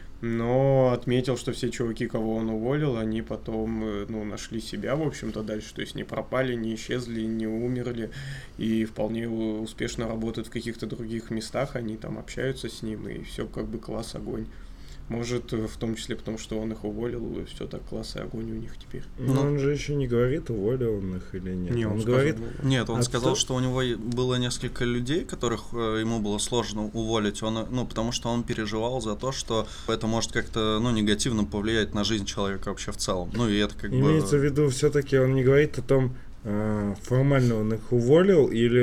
Но отметил, что все чуваки, кого он уволил, они потом, нашли себя, в общем-то, дальше. То есть не пропали, не исчезли, не умерли. И вполне успешно работают в каких-то других местах. Они там общаются с ним, и все класс, огонь. Может, в том числе потому, что он их уволил, и все так класс и огонь у них теперь. Он же еще не говорит, уволил он их или нет. Он говорит... Нет, он сказал, что у него было несколько людей, которых ему было сложно уволить, потому что он переживал за то, что это может как-то, негативно повлиять на жизнь человека вообще в целом. И это Имеется в виду, все-таки он не говорит о том, формально он их уволил, или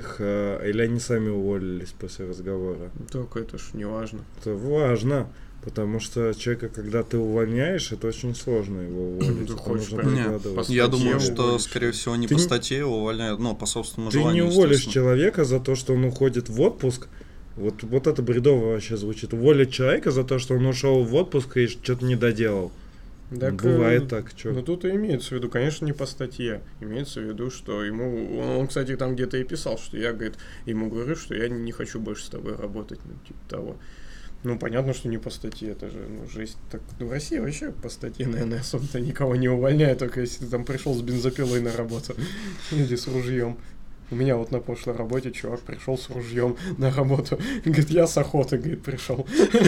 или они сами уволились после разговора. Только это ж не важно. Это важно. Потому что человека, когда ты увольняешь, это очень сложно его уволить. Ты это хочешь нужно понять, прикладывать. Я думаю, уволишь. что, скорее всего, не Ты по не- статье его увольняют, по собственному Ты желанию. не уволишь естественно. человека за то, что он уходит в отпуск. Вот это бредово вообще звучит. Уволить человека за то, что он ушел в отпуск и что-то не доделал. Так, Бывает так, что. Но тут и имеется в виду, конечно, не по статье. Имеется в виду, что ему... Он, кстати, там где-то и писал, что я, говорит, ему говорю, что я не хочу больше с тобой работать, типа того. Понятно, что не по статье, это же, жесть. Так, в России вообще по статье, наверное, особо-то никого не увольняют, только если ты там пришел с бензопилой на работу или с ружьем. У меня на прошлой работе чувак пришел с ружьем на работу. Говорит, я с охоты, пришел.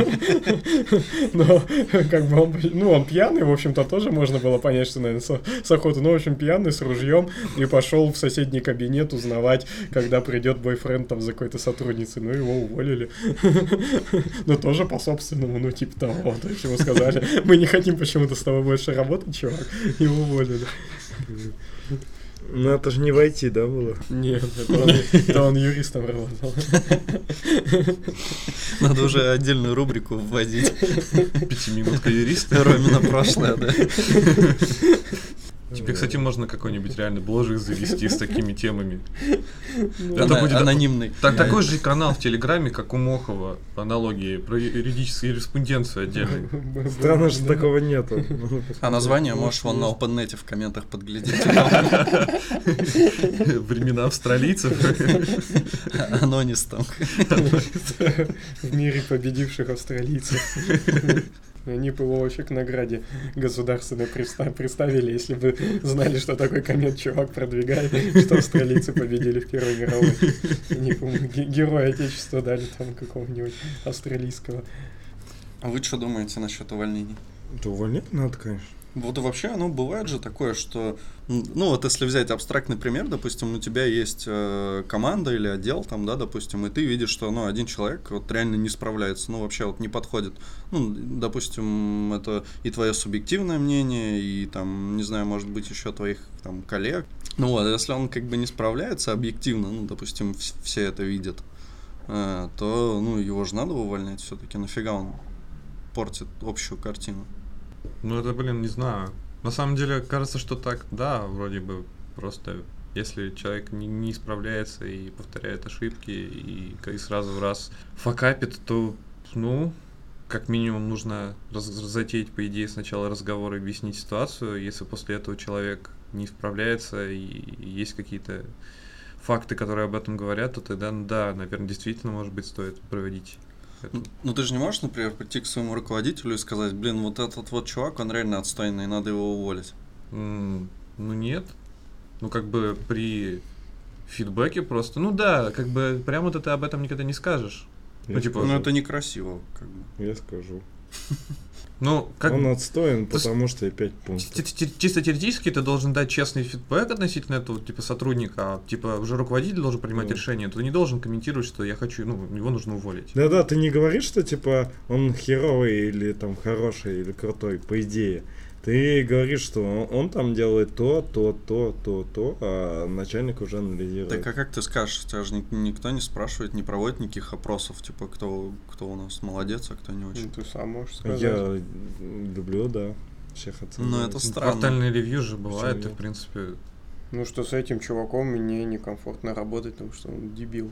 Но, он пьяный, в общем-то, тоже можно было понять, что, наверное, с охоты. В общем, пьяный, с ружьем, и пошел в соседний кабинет узнавать, когда придет бойфренд там за какой-то сотрудницей. Его уволили. Но тоже по собственному, типа того. То есть ему сказали, мы не хотим почему-то с тобой больше работать, чувак. И уволили. Ну это же не войти, да, было? Нет, это он юристом работал. Надо уже отдельную рубрику вводить. 5-минутка юриста. Ромина прошлое, да. Тебе, кстати, можно какой-нибудь реально бложик завести с такими темами. Это будет Анонимный. такой же канал в Телеграме, как у Мохова, аналогии, про юридическую юриспруденцию отдельно. Странно, что такого нету. А название можешь вон на OpenNet в комментах подглядеть. Времена австралийцев. Анонис там. В мире победивших австралийцев. Они бы его вообще к награде государственной представили, если бы знали, что такой коммент чувак продвигает, что австралийцы победили в Первой мировой. Они, по-моему, Героя Отечества дали там какого-нибудь австралийского. А вы что думаете насчет увольнений? Да увольнять надо, конечно. Вот вообще, бывает же такое, что, вот если взять абстрактный пример, допустим, у тебя есть команда или отдел, там, да, допустим, и ты видишь, что, один человек вот реально не справляется, вообще вот не подходит. Допустим, это и твое субъективное мнение, и там, не знаю, может быть, еще твоих там коллег. Если он как бы не справляется объективно, допустим, все это видят, то, его же надо увольнять все-таки, нафига он портит общую картину. Это, не знаю. На самом деле, кажется, что так, да, вроде бы просто, если человек не справляется и повторяет ошибки, и сразу в раз факапит, то, как минимум нужно затеять, по идее, сначала разговор и объяснить ситуацию. Если после этого человек не справляется и есть какие-то факты, которые об этом говорят, то тогда, да, наверное, действительно, может быть, стоит проводить. Ты же не можешь, например, прийти к своему руководителю и сказать, вот этот вот чувак, он реально отстойный, надо его уволить. Нет. При фидбэке просто, да, прямо ты об этом никогда не скажешь. Это некрасиво, Я скажу. Он отстоен, потому что и 5 пунктов. Чисто теоретически ты должен дать честный фидбэк относительно этого сотрудника, а уже руководитель должен принимать решение. Ты не должен комментировать, что я хочу, его нужно уволить. Да, ты не говоришь, что он херовый или там хороший или крутой, по идее. Ты говоришь, что он там делает то, а начальник уже анализирует. Так а как ты скажешь? Тебя же никто не спрашивает, не проводит никаких опросов, кто у нас молодец, а кто не очень. Ты сам можешь сказать. Я люблю, да, всех оценивать. Это странно. Квартальные ревью же бывает, и в принципе... Что с этим чуваком мне некомфортно работать, потому что он дебил.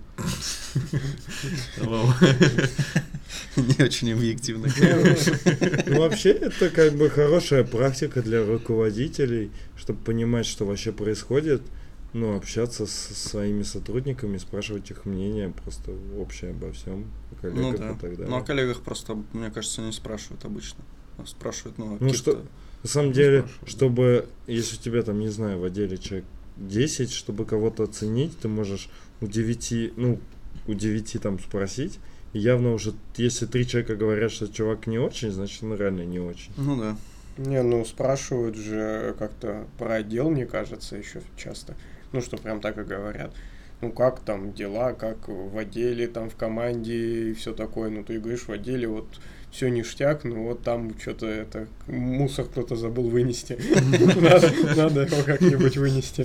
Не очень объективно. Вообще, это хорошая практика для руководителей, чтобы понимать, что вообще происходит, общаться со своими сотрудниками, спрашивать их мнение, просто общее обо всем, о коллегах и так далее. О коллегах просто, мне кажется, не спрашивают обычно. Спрашивают, на самом деле, чтобы, если у тебя там, не знаю, в отделе человек 10, чтобы кого-то оценить, ты можешь у 9 там спросить. И явно уже, если 3 человека говорят, что чувак не очень, значит он реально не очень. Да. Не, спрашивают же как-то про отдел, мне кажется, еще часто. Что прям так и говорят. Как там дела, как в отделе, там в команде и все такое. Ты говоришь, в отделе вот все ништяк, там что-то мусор кто-то забыл вынести. Надо его как-нибудь вынести.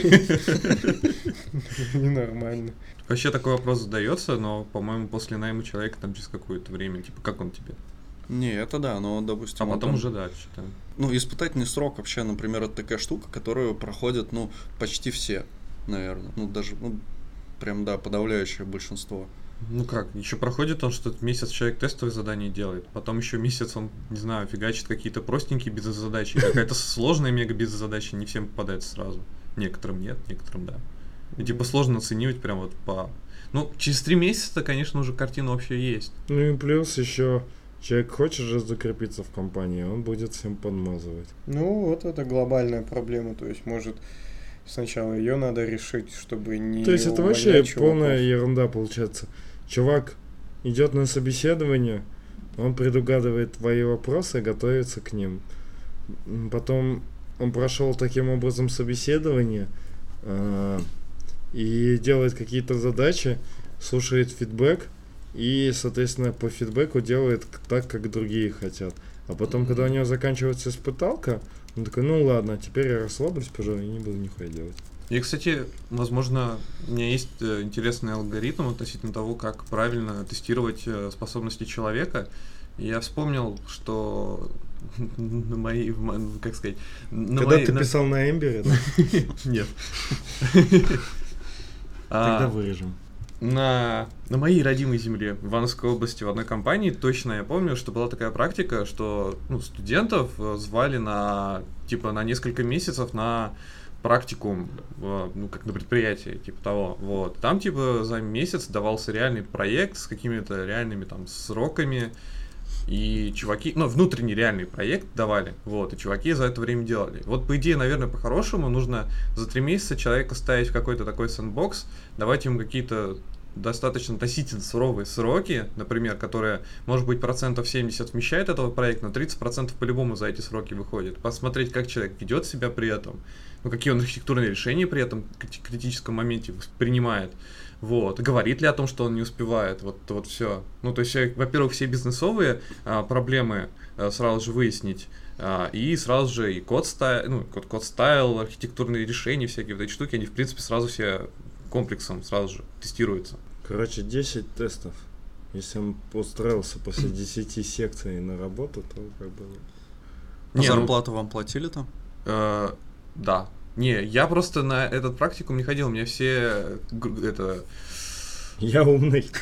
Ненормально. Вообще такой вопрос задается, но, по-моему, после найма человека там через какое-то время, как он тебе? Не, это да, но, допустим... А потом уже, да, что-то... испытательный срок вообще, например, это такая штука, которую проходят, почти все, наверное. Даже, прям, да, подавляющее большинство. Еще проходит он, что месяц человек тестовые задания делает, потом еще месяц он, не знаю, фигачит какие-то простенькие бизнес-задачи, какая-то сложная мега-бизнес-задача не всем попадается сразу. Некоторым нет, некоторым да. И сложно оценивать прям вот по... через 3 месяца, конечно, уже картина вообще есть. И плюс еще человек хочет же закрепиться в компании, он будет всем подмазывать. Вот это глобальная проблема, то есть, может, сначала ее надо решить, чтобы не... То есть это вообще полная ерунда получается. Чувак идет на собеседование, он предугадывает твои вопросы, готовится к ним. Потом он прошел таким образом собеседование и делает какие-то задачи, слушает фидбэк и, соответственно, по фидбэку делает так, как другие хотят. А потом, когда у него заканчивается испыталка, Он такой, ну ладно, теперь я расслаблюсь, пожалуй, и не буду нихуя делать. И, кстати, возможно, у меня есть интересный алгоритм относительно того, как правильно тестировать способности человека. И я вспомнил, что на моей, как сказать... Когда ты писал на Эмбере, да? Нет. Тогда вырежем. На моей родимой земле, в Ивановской области, в одной компании, точно я помню, что была такая практика, что студентов звали на несколько месяцев на практикум, как на предприятии, типа того, вот. Там, за месяц давался реальный проект с какими-то реальными там сроками, и чуваки, внутренний реальный проект давали, вот, и чуваки за это время делали. Вот, по идее, наверное, по-хорошему нужно за 3 месяца человека ставить в какой-то такой сэндбокс, давать ему какие-то достаточно относительно суровые сроки, например, которые, может быть, 70% вмещает этого проекта, но 30% по-любому за эти сроки выходит. Посмотреть, как человек ведет себя при этом, какие он архитектурные решения при этом критическом моменте принимает. Вот. Говорит ли о том, что он не успевает, вот все. То есть, во-первых, все бизнесовые проблемы сразу же выяснить, и сразу же и код стайл, архитектурные решения, всякие вот эти штуки, они, в принципе, сразу все комплексом сразу же тестируются. Короче, 10 тестов. Если он устроился после 10 секций на работу, то как бы... Зарплату вам платили там? Да. Не, я просто на этот практикум не ходил, у меня все Я умный.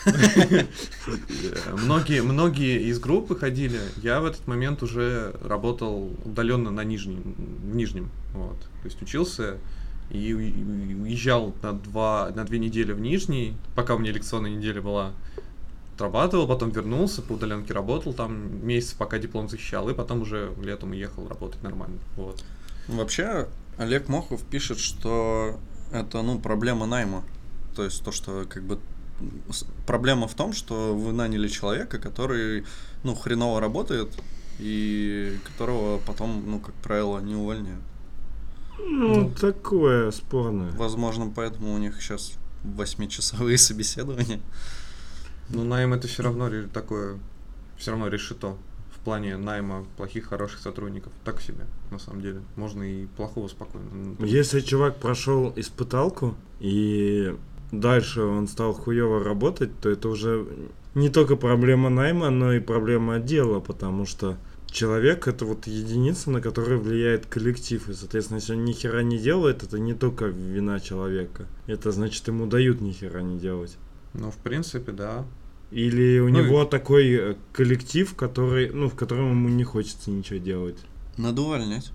Многие из группы ходили, я в этот момент уже работал удаленно в Нижнем, вот. То есть учился и уезжал на 2 недели в Нижний, пока у меня лекционная неделя была. Отрабатывал, потом вернулся, по удаленке работал там месяц, пока диплом защищал, и потом уже летом уехал работать нормально. Вот. Вообще, Олег Мохов пишет, что это, проблема найма. То есть то, что проблема в том, что вы наняли человека, который, хреново работает, и которого потом, как правило, не увольняют. Такое спорное. Возможно, поэтому у них сейчас 8-часовые собеседования. Найм это все равно решето. В плане найма плохих, хороших сотрудников. Так себе, на самом деле. Можно и плохого спокойно. Если чувак прошел испыталку, и дальше он стал хуёво работать, то это уже не только проблема найма, но и проблема отдела, потому что человек — это единица, на которую влияет коллектив. И, соответственно, если он ни хера не делает, это не только вина человека. Это значит, ему дают ни хера не делать. В принципе, да. Или у него такой коллектив, в котором ему не хочется ничего делать. Надо увольнять.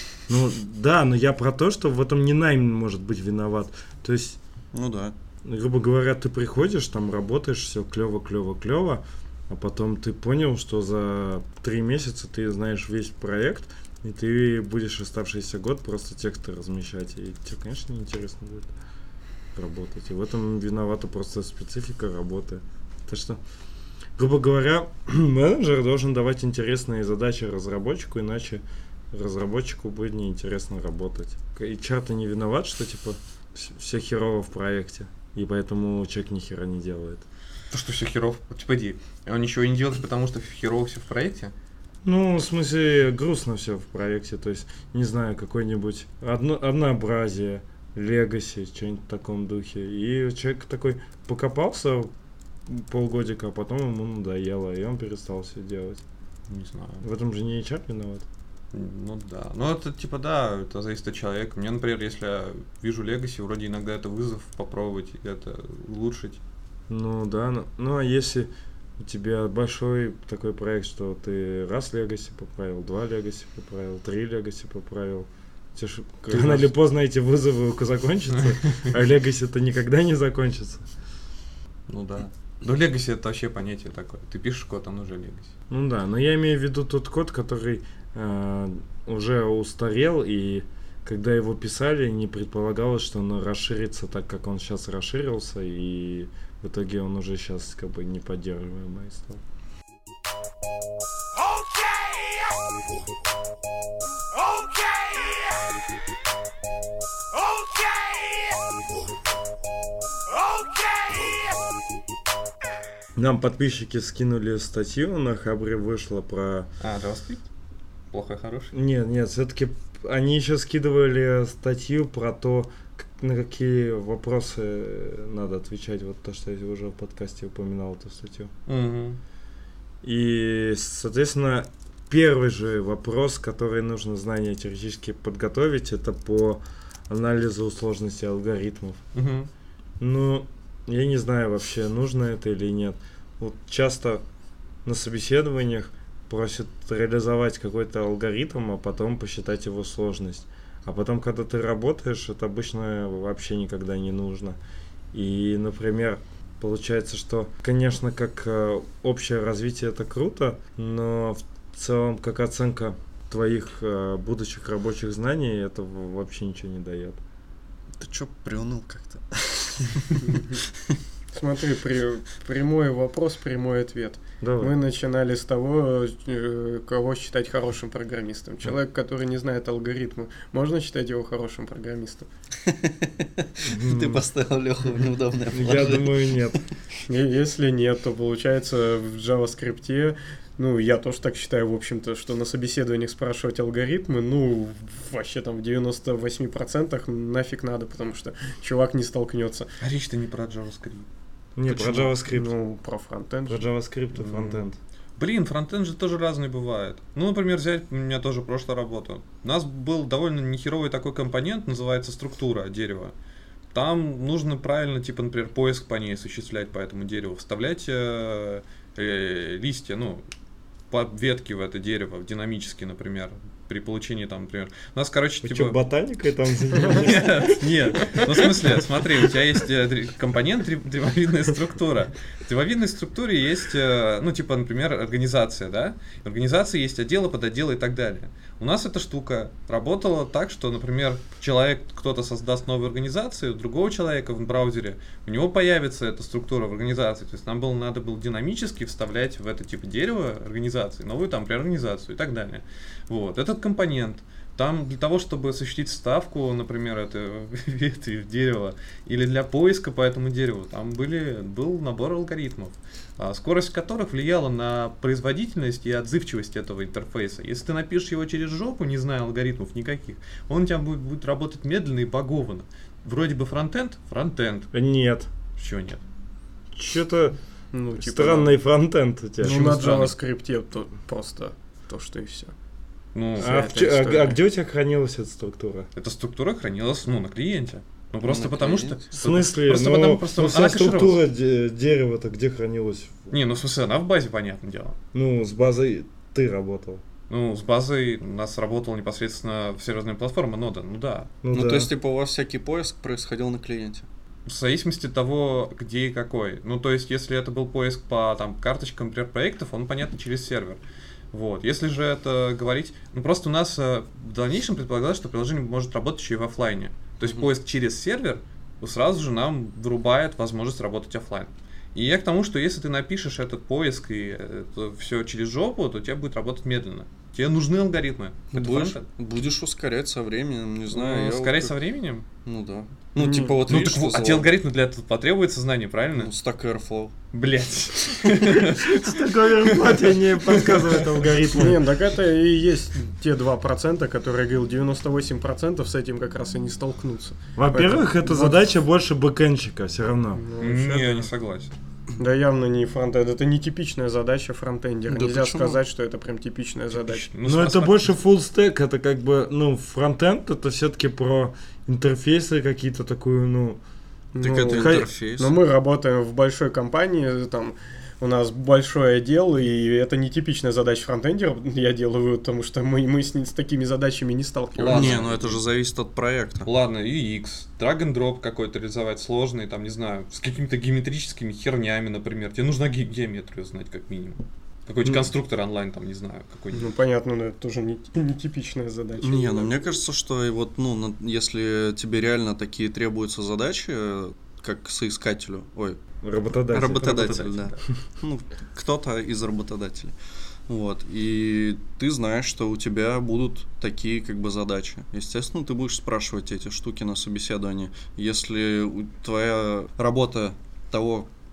Да, но я про то, что в этом не найм может быть виноват. То есть, да. Грубо говоря, ты приходишь, там работаешь, все клево, а потом ты понял, что за 3 месяца ты знаешь весь проект, и ты будешь оставшийся год просто тексты размещать. И тебе, конечно, неинтересно будет работать. И в этом виновата просто специфика работы. Так что, грубо говоря, менеджер должен давать интересные задачи разработчику, иначе разработчику будет неинтересно работать. HR-то не виноват, что все херово в проекте, и поэтому человек ни хера не делает. То, что все херово, поди, он ничего не делает, потому что херово все в проекте? В смысле, грустно все в проекте, то есть, не знаю, какое-нибудь однообразие, легаси, что-нибудь в таком духе. И человек такой покопался полгодика, а потом ему надоело, и он перестал все делать. Не знаю. В этом же не HR виноват. Да. Это это зависит от человека. Мне, например, если я вижу легаси, вроде иногда это вызов попробовать это улучшить. Да. А если у тебя большой такой проект, что ты раз легаси поправил, 2 легаси поправил, 3 легаси поправил, рано или поздно эти вызовы закончатся, а легаси-то никогда не закончится. Да. Legacy это вообще понятие такое. Ты пишешь код, он уже Legacy. Да, но я имею в виду тот код, который уже устарел, и когда его писали, не предполагалось, что он расширится так, как он сейчас расширился, и в итоге он уже сейчас не поддерживаемый стал. Нам подписчики скинули статью, на Хабре вышла про... JavaScript? Плохой, хороший? Нет, все-таки они еще скидывали статью про то, на какие вопросы надо отвечать. Вот то, что я уже в подкасте упоминал, эту статью. Мгм. И, соответственно, первый же вопрос, который нужно знания теоретически подготовить, это по анализу сложности алгоритмов. Мгм. Ну, я не знаю вообще, нужно это или нет. Вот часто на собеседованиях просят реализовать какой-то алгоритм, а потом посчитать его сложность. А потом, когда ты работаешь, это обычно вообще никогда не нужно. И, например, получается, что, конечно, как общее развитие это круто, но в целом, как оценка твоих будущих рабочих знаний, это вообще ничего не дает. Ты чё, приуныл как-то? Смотри, прямой вопрос, прямой ответ. Давай. Мы начинали с того, кого считать хорошим программистом. Человек, который не знает алгоритмы, можно считать его хорошим программистом? Ты поставил Леху в неудобное Я положение. думаю, нет. Если нет, то получается в JavaScript, ну, я тоже так считаю, в общем-то, что на собеседованиях спрашивать алгоритмы, ну, вообще там в 98% нафиг надо, потому что чувак не столкнется. А речь-то не про JavaScript. Не, про Почему? JavaScript. Ну, про фронтенд. Про JavaScript и фронтенд. Блин, фронтенд же тоже разный бывает. Ну, например, взять у меня тоже прошлая работа. У нас был довольно нехеровый такой компонент, называется структура дерева. Там нужно правильно, типа, например, поиск по ней осуществлять по этому дереву, вставлять листья, ну, по ветке в это дерево, динамически, например, при получении там, например. У нас, короче, Вы типа... что, ботаникой там занимаетесь? Нет. Ну, в смысле, смотри, у тебя есть компонент древовидная структура. В древовидной структуре есть, ну, типа, например, организация, да? В организации есть отделы, подотделы и так далее. У нас эта штука работала так, что, например, человек, кто-то создаст новую организацию, у другого человека в браузере, у него появится эта структура в организации. То есть нам надо было динамически вставлять в это типа дерево организации, новую там преорганизацию и так далее. Вот. Этот компонент, там для того, чтобы осуществить вставку, например, этой ветви в дерево, или для поиска по этому дереву, там был набор алгоритмов, скорость которых влияла на производительность и отзывчивость этого интерфейса. Если ты напишешь его через жопу, не зная алгоритмов никаких, он у тебя будет работать медленно и багованно. Вроде бы фронтенд. Нет. Чего нет? Что-то Ну, типа, странный фронтенд у тебя. Ну, Почему на странный? JavaScript то просто то, что и все. Ну, А эта история. где у тебя хранилась эта структура? эта структура хранилась, ну, на клиенте. Ну, просто На потому что... клиенте? В смысле? Просто Ну, потому, просто ну, она вся кэшировалась. структура дерева-то где хранилась? Не, ну, в смысле, она в базе, понятное дело. Ну, с базой ты работал. Ну, с базой у нас работала непосредственно серверная платформа нода, ну да. Ну, да. то есть, типа, у вас всякий поиск происходил на клиенте. В зависимости от того, где и какой. Ну, то есть, если это был поиск по там, карточкам, например, проектов, он, понятно, через сервер. Вот. Если же это говорить... Ну, просто у нас в дальнейшем предполагалось, что приложение может работать еще и в офлайне. То есть, поиск через сервер сразу же нам вырубает возможность работать офлайн. И я к тому, что если ты напишешь этот поиск и это все через жопу, то у тебя будет работать медленно. Тебе нужны алгоритмы. Это фронтенд. Будешь ускорять со временем, не знаю. я Ускорять вот со временем? Ну да. Ну, типа, вот Ну, видишь, так, ты а те алгоритмы для этого потребуется знание, правильно? Ну, Stack Airflow. Блять. Такое платье не подсказывает алгоритмы. Не, так это и есть те 2%, которые, я говорил, 98% с этим как раз и не столкнутся. Во-первых, это Вот. задача больше бэкэнщика все равно. Ну, Не, я не согласен. Да явно не фронтенд. Это не типичная задача фронтендера. Да Нельзя почему? сказать, что это прям типичная задача. Ну, Но это смотри. больше full stack, это как бы, ну, фронтенд это все-таки про интерфейсы какие-то такую, ну, Так Ну, это хай- интерфейс. Но мы работаем в большой компании, там у нас большой отдел, и это не типичная задача фронтендеров, я делаю, потому что мы с такими задачами не сталкиваемся. Ладно. Не, ну это же зависит от проекта. Ладно, UX, drag and drop какой-то реализовать сложный, там, не знаю, с какими-то геометрическими хернями, например. Тебе нужно геометрию знать, как минимум. Какой-нибудь конструктор онлайн, там, не знаю, какой-нибудь. Ну, понятно, но это тоже не типичная задача. Не, ну мне кажется, что и вот, ну, если тебе реально такие требуются задачи, как соискателю, работодатель. работодатель, да. Ну, кто-то из работодателей. Вот, и ты знаешь, что у тебя будут такие как бы задачи. Естественно, ты будешь спрашивать эти штуки на собеседовании. Если твоя работа того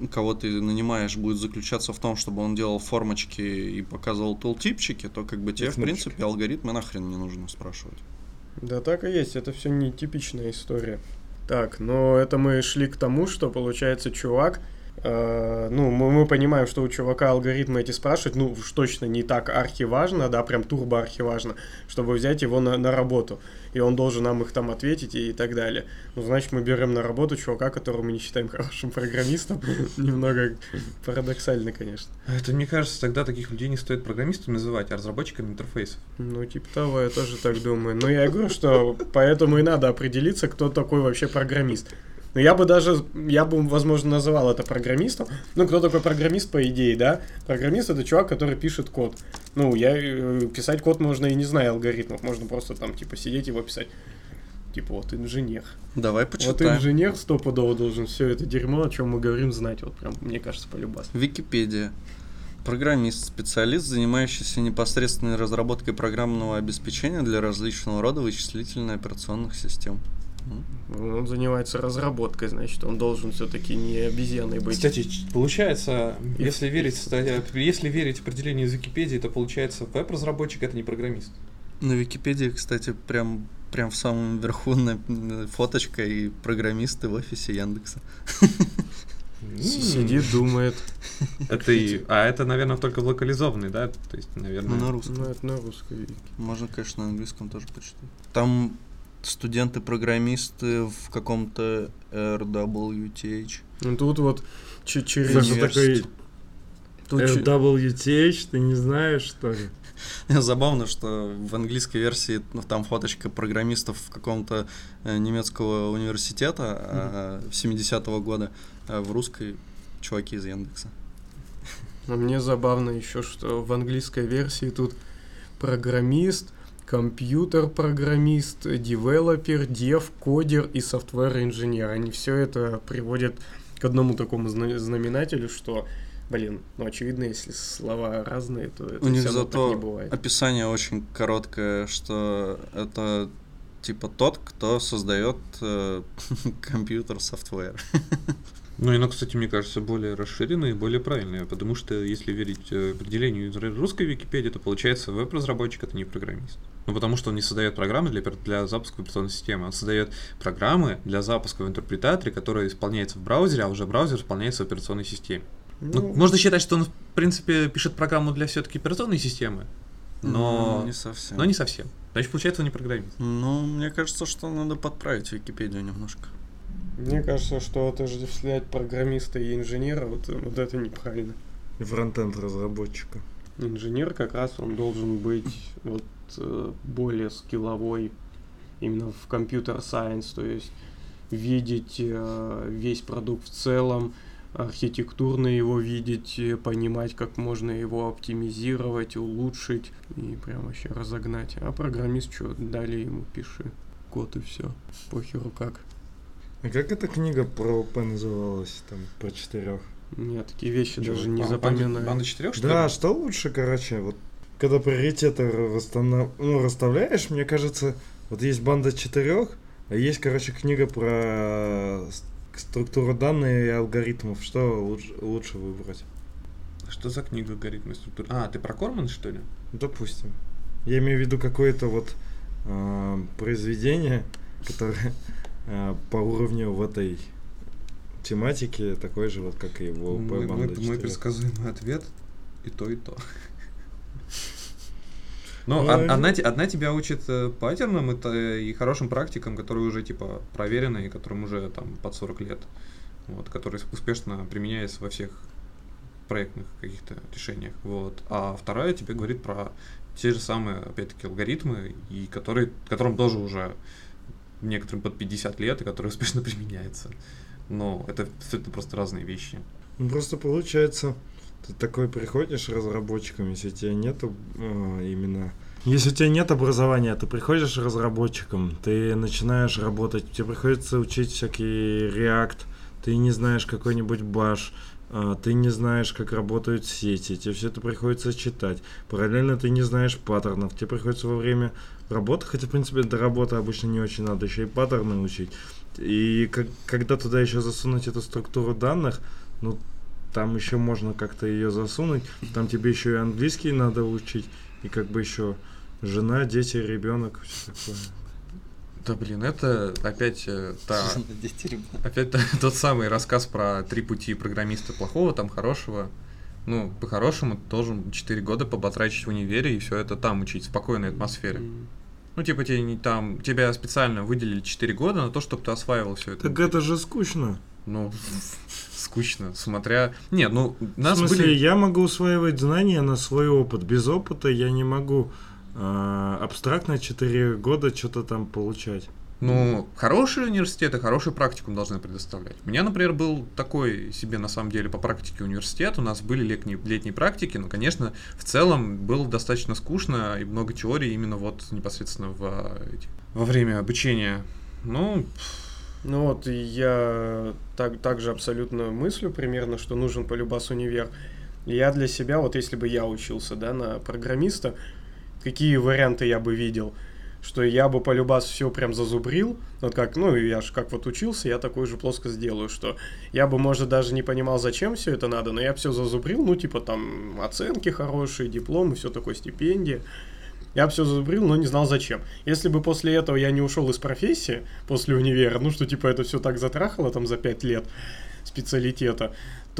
кого ты нанимаешь, будет заключаться в том, чтобы он делал формочки и показывал тултипчики, то как бы тебе, в Кнопочки. принципе, алгоритмы нахрен не нужно спрашивать. Да так и есть, это все не типичная история. Так, но это мы шли к тому, что получается чувак, мы понимаем, что у чувака алгоритмы эти спрашивать, ну уж точно не так архиважно, да, прям турбо архиважно, чтобы взять его на работу, и он должен нам их там ответить и так далее. Ну, значит, мы берем на работу чувака, которого мы не считаем хорошим программистом, немного парадоксально, конечно. Это, мне кажется, тогда таких людей не стоит программистами называть, а разработчиками интерфейсов. Ну, типа того, я тоже так думаю. Но я говорю, что поэтому и надо определиться, кто такой вообще программист. Но я бы, возможно, называл это программистом. Ну, кто такой программист, по идее, да? Программист — это чувак, который пишет код. Ну, писать код можно и не зная алгоритмов. Можно просто там, типа, сидеть его писать. Типа, вот инженер. Давай Вот почитаем. инженер стопудово должен все это дерьмо, о чем мы говорим, знать. Вот прям, мне кажется, полюбас. Википедия. Программист, специалист, занимающийся непосредственной разработкой программного обеспечения для различного рода вычислительно-операционных систем. Он занимается разработкой, значит, он должен все-таки не обезьяной быть. Кстати, получается, если верить определению из Википедии, то получается, веб-разработчик — это не программист. На Википедии, кстати, прям в самом верху фоточка и программисты в офисе Яндекса. Сидит, думает. Это, наверное, только в локализованный, да? То есть, наверное... Ну, на русском. Ну, это на русской. Можно, конечно, на английском тоже почитать. Там студенты-программисты в каком-то RWTH. Ну, тут вот через... Даже такой Тут WTH, ты не знаешь, что ли? Забавно, что в английской версии там фоточка программистов какого-то немецкого университета 70-го года, а в русской чуваки из Яндекса. А мне забавно еще, что в английской версии тут программист, компьютер-программист, девелопер, дев, кодер и софтвер-инженер. Они все это приводят к одному такому знаменателю, что, очевидно, если слова разные, то это У них всё равно так не зато бывает. описание очень короткое, что это типа тот, кто создает компьютер-софтвер. Ну, оно, кстати, мне кажется, более расширенное и более правильное, потому что, если верить определению из русской Википедии, то получается, веб-разработчик — это не программист. Ну, потому что он не создает программы для запуска операционной системы, он создает программы для запуска в интерпретаторе, которые исполняются в браузере, а уже браузер исполняется в операционной системе. Ну, можно считать, что он, в принципе, пишет программу для все-таки операционной системы, но не совсем. не совсем. Значит, получается, он не программист. Ну, мне кажется, что надо подправить Википедию немножко. Мне кажется, что отождествлять программиста и инженера, вот это неправильно. И фронтенд разработчика. Инженер как раз он должен быть более скилловой именно в компьютер-сайенс, то есть видеть весь продукт в целом, архитектурно его видеть, понимать, как можно его оптимизировать, улучшить и прям вообще разогнать. А программист что, дали ему пиши код и все, похеру как. А как эта книга про ОП называлась, там, про 4? Нет, такие вещи Чё, даже не банда запоминаю. 4, что Да, ли? что лучше, короче, вот когда приоритеты расставляешь, мне кажется, вот есть банда 4, а есть, короче, книга про структуру данных и алгоритмов. Что лучше выбрать? Что за книга алгоритмы структуры? А, ты про Корман, что ли? Допустим. Я имею в виду какое-то вот произведение, которое по уровню в этой тематике такой же, вот как и его банда 4. Мой предсказуемый ответ и то, и то. Но Ну, одна тебя учит паттернам и хорошим практикам, которые уже типа проверены и которым уже там под 40 лет, вот, которые успешно применяются во всех проектных каких-то решениях. Вот. А вторая тебе говорит про те же самые, опять-таки, алгоритмы, и которым тоже уже некоторым под 50 лет, и которые успешно применяются. Но это просто разные вещи. Ну, просто получается, ты такой приходишь разработчиком, если у тебя нету Если у тебя нет образования, ты приходишь разработчиком, ты начинаешь работать, тебе приходится учить всякий React, ты не знаешь какой-нибудь Bash, ты не знаешь, как работают сети, тебе все это приходится читать. Параллельно ты не знаешь паттернов, тебе приходится во время работы, хотя, в принципе, до работы обычно не очень надо еще и паттерны учить. И когда туда еще засунуть эту структуру данных, ну, там еще можно как-то ее засунуть, там тебе еще и английский надо учить, и как бы еще жена, дети, ребенок, все такое. Да блин, это опять Дети, ребята. опять тот самый рассказ про 3 пути программиста: плохого, там хорошего. Ну, по-хорошему, ты должен 4 года поботрачить в универе и все это там учить в спокойной атмосфере. Ну, типа, тебя специально выделили 4 года на то, чтобы ты осваивал все это. Так это же скучно. Ну, скучно, смотря... Нет, ну, В нас смысле, были... я могу усваивать знания на свой опыт. Без опыта я не могу абстрактно 4 года что-то там получать. Ну, хорошие университеты хороший практикум должны предоставлять. У меня, например, был такой себе, на самом деле, по практике университет. У нас были летние практики, но, конечно, в целом было достаточно скучно и много теорий именно вот непосредственно во время обучения. Ну вот я также абсолютно мыслю примерно, что нужен полюбас универ. И я для себя, вот если бы я учился, да, на программиста, какие варианты я бы видел? Что я бы полюбас все прям зазубрил, вот как, ну, я же как вот учился, я такую же плоско сделаю, что я бы, может, даже не понимал, зачем все это надо, но я все зазубрил, ну, типа там оценки хорошие, дипломы, все такое, стипендии. Я все зазубрил, но не знал зачем. Если бы после этого я не ушел из профессии, после универа, ну, что типа это все так затрахало там за 5 лет специалитета,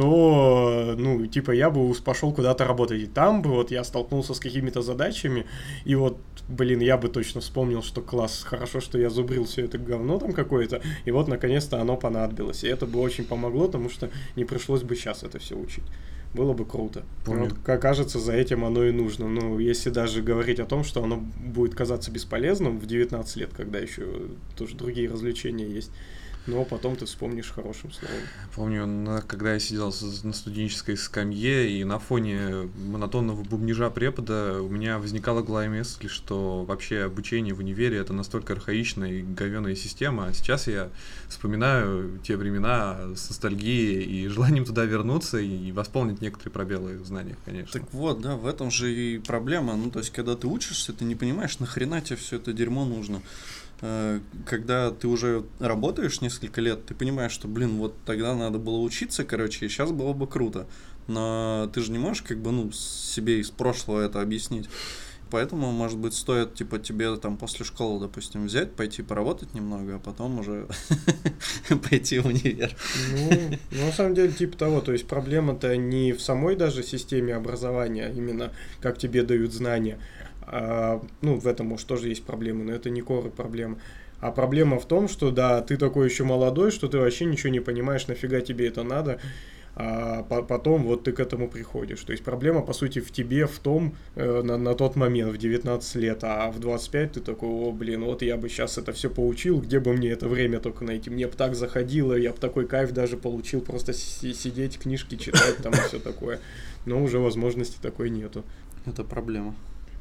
то, ну, типа, я бы пошел куда-то работать. И там бы вот я столкнулся с какими-то задачами, и вот, блин, я бы точно вспомнил, что класс, хорошо, что я зубрил все это говно там какое-то, и вот, наконец-то, оно понадобилось. И это бы очень помогло, потому что не пришлось бы сейчас это все учить. Было бы круто. Вот, как кажется, за этим оно и нужно. Ну, если даже говорить о том, что оно будет казаться бесполезным в 19 лет, когда еще тоже другие развлечения есть, но потом ты вспомнишь хорошим словом. Помню, когда я сидел на студенческой скамье, и на фоне монотонного бубнижа препода у меня возникала в голове мысль, что вообще обучение в универе — это настолько архаичная и говёная система, а сейчас я вспоминаю те времена с ностальгией и желанием туда вернуться и восполнить некоторые пробелы в знаниях, конечно. Так вот, да, в этом же и проблема. Ну, то есть, когда ты учишься, ты не понимаешь, нахрена тебе все это дерьмо нужно. Когда ты уже работаешь несколько лет, ты понимаешь, что, блин, вот тогда надо было учиться, короче, и сейчас было бы круто. Но ты же не можешь, как бы, ну, себе из прошлого это объяснить. Поэтому, может быть, стоит, типа, тебе там после школы, допустим, взять, пойти поработать немного, а потом уже пойти в универ. Ну, на самом деле, типа того, то есть проблема-то не в самой даже системе образования, именно как тебе дают знания. Ну, в этом, может, тоже есть проблемы, но это не коры проблема. А проблема в том, что, да, ты такой еще молодой, что ты вообще ничего не понимаешь, нафига тебе это надо, а потом вот ты к этому приходишь. То есть проблема, по сути, в тебе, в том, на тот момент, в 19 лет, а в 25 ты такой: о, блин, вот я бы сейчас это все поучил, где бы мне это время только найти, мне бы так заходило, я бы такой кайф даже получил, просто сидеть, книжки читать там и все такое. Но уже возможности такой нету. Это проблема.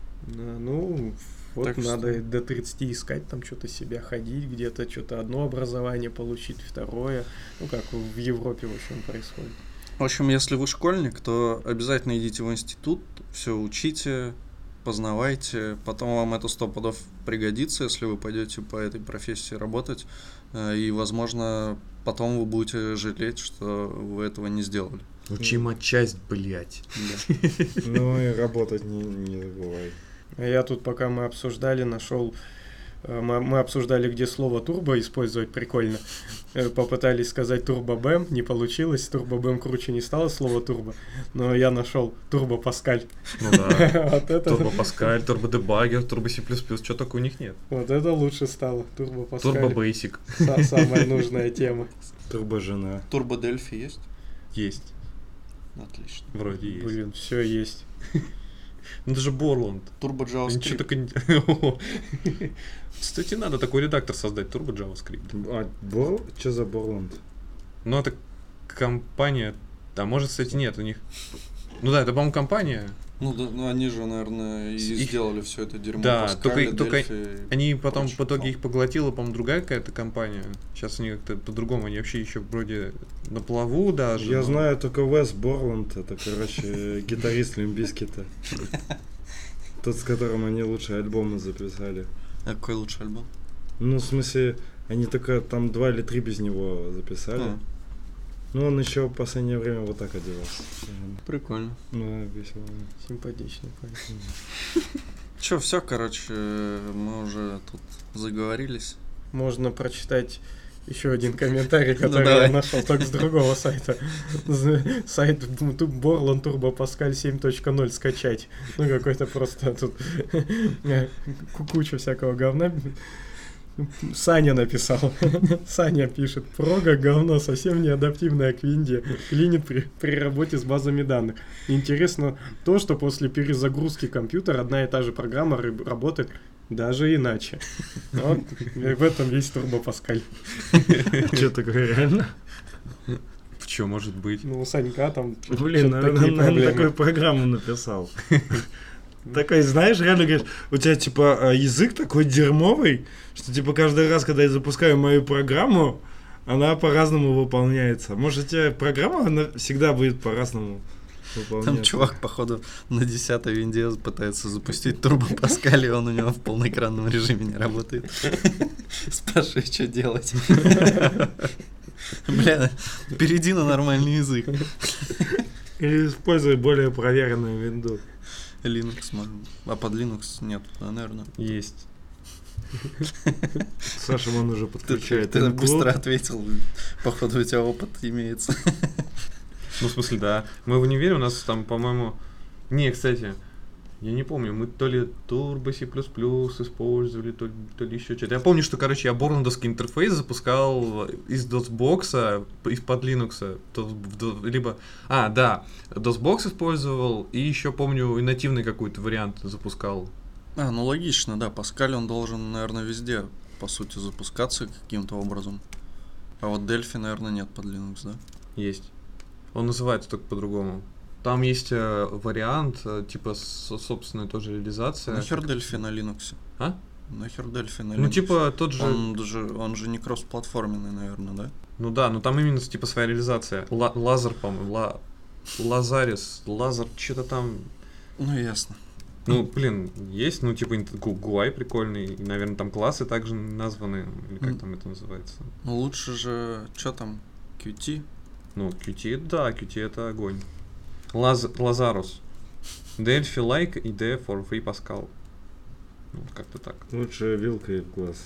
Ну, вот так надо до 30 искать, там что-то себя ходить, где-то что-то одно образование получить, второе. Ну, как в Европе, в общем, происходит. В общем, если вы школьник, то обязательно идите в институт, все учите, познавайте, потом вам это 100 пудов пригодится, если вы пойдете по этой профессии работать, и, возможно, потом вы будете жалеть, что вы этого не сделали. Учи матчасть, блять. Ну и работать не забывай. Я тут, пока мы обсуждали, нашел... Мы обсуждали, где слово «турбо» использовать прикольно. Попытались сказать «турбо-бэм», не получилось. «Турбо-бэм» круче не стало слово «турбо». Но я нашел «турбо-паскаль». Ну да. Турбо-паскаль, турбо-дебаггер, турбо-C++. Что только у них нет. Вот это лучше стало. «Турбо-паскаль». Турбо-бейсик. Самая нужная тема. Турбо-жена. Турбо-дельфи есть? Есть. Отлично. Вроде есть. Блин, все есть. Ну, это же Борланд. Turbo JavaScript. Кстати, надо такой редактор создать, Turbo JavaScript. Что за Борланд? Ну, это компания... А может, кстати, нет у них... Ну да, это, по-моему, компания. Ну, да, ну они же, наверное, и сделали все это дерьмо. Да, Паскаль, только Delphi, они потом прочее. в итоге их поглотила, по-моему, другая какая-то компания. Сейчас они как-то по-другому, они вообще еще вроде на плаву даже. Я знаю только Уэс Борланд, это, короче, гитарист Лимп Бизкита. Тот, с которым они лучшие альбомы записали. А какой лучший альбом? Ну, в смысле, они только там 2 или 3 без него записали. Ну, он еще в последнее время вот так одевался. Прикольно. Ну, весело. Симпатичный парень. Че, все, короче, мы уже тут заговорились. Можно прочитать еще один комментарий, который давай. я нашел только с другого сайта. Сайт Borland Turbo Pascal 7.0 скачать. Ну, какой-то просто тут куча всякого говна. Саня написал. Саня пишет: прога говно, совсем не адаптивная к винде, клинит при работе с базами данных. Интересно то, что после перезагрузки компьютера одна и та же программа работает даже иначе. Вот в этом весь Turbo Pascal. Че такое, реально? Че может быть? Ну, у Санька там Блин, что-то такие наверное, проблемы. такую программу написал. Такой, знаешь, реально говоришь, у тебя, типа, язык такой дерьмовый, что, типа, каждый раз, когда я запускаю мою программу, она по-разному выполняется. Может, у тебя программа, она всегда будет по-разному выполняться. Там чувак, походу, на 10-й винде пытается запустить Turbo Pascal, и он у него в полноэкранном режиме не работает. Спрашиваю, что делать. Бля, перейди на нормальный язык. Или используй более проверенную винду. Linux можно. А под Linux нет, да, наверное. Есть. Саша, он уже подключает. Ты инклюд. быстро ответил. Походу, у тебя опыт имеется. Ну, в смысле, да. Мы в универе, у нас там, по-моему... Не, кстати, я не помню, мы то ли Turbo C++ использовали, то ли еще что-то. Я помню, что, короче, я борландовский интерфейс запускал из DOSBox, из-под Linux. Либо... А, да, DOSBox использовал, и еще, помню, и нативный какой-то вариант запускал. А, ну логично, да. Pascal, он должен, наверное, везде, по сути, запускаться каким-то образом. А вот Delphi, наверное, нет под Linux, да? Есть. Он называется только по-другому. Там есть вариант, типа, собственная тоже реализация. Нахер Delphi на Linux? А? Нахер Delphi на Linux? Ну, типа, тот же... Он же не кроссплатформенный, наверное, да? Ну да, но там именно, типа, своя реализация. Лазер, по-моему, Лазарис, Лазер, что-то там... Ну, ясно. Ну, блин, есть, ну, типа, GUI прикольный, и, наверное, там классы также названы, или как там это называется. Ну, лучше же, что там, Qt? Ну, Qt, да, Qt это огонь. Lazarus. Delphi like IDE for Free Pascal. Ну, как-то так. Лучше вилкой в глаз.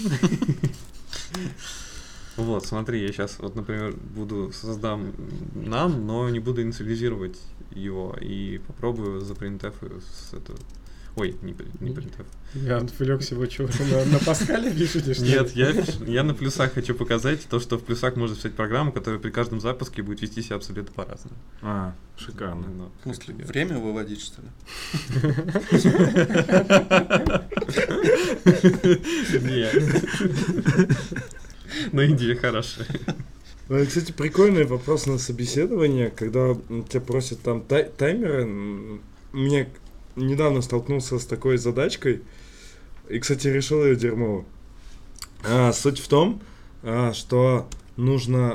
Вот, смотри, я сейчас, вот, например, создам нам, но не буду инициализировать его и попробую за printf с этого. Ой, не printf. Я отвлекся, вы что, на Паскале пишете, что ли? Нет, я на плюсах хочу показать то, что в плюсах можно писать программу, которая при каждом запуске будет вести себя абсолютно по-разному. А, шикарно. Ну, В смысле, время выводить, что ли? Нет. Но идея хорошая. Ну, кстати, прикольный вопрос на собеседование, когда тебя просят там таймеры. Меня недавно столкнулся с такой задачкой, и, кстати, решил ее дерьмово. Суть в том, что нужно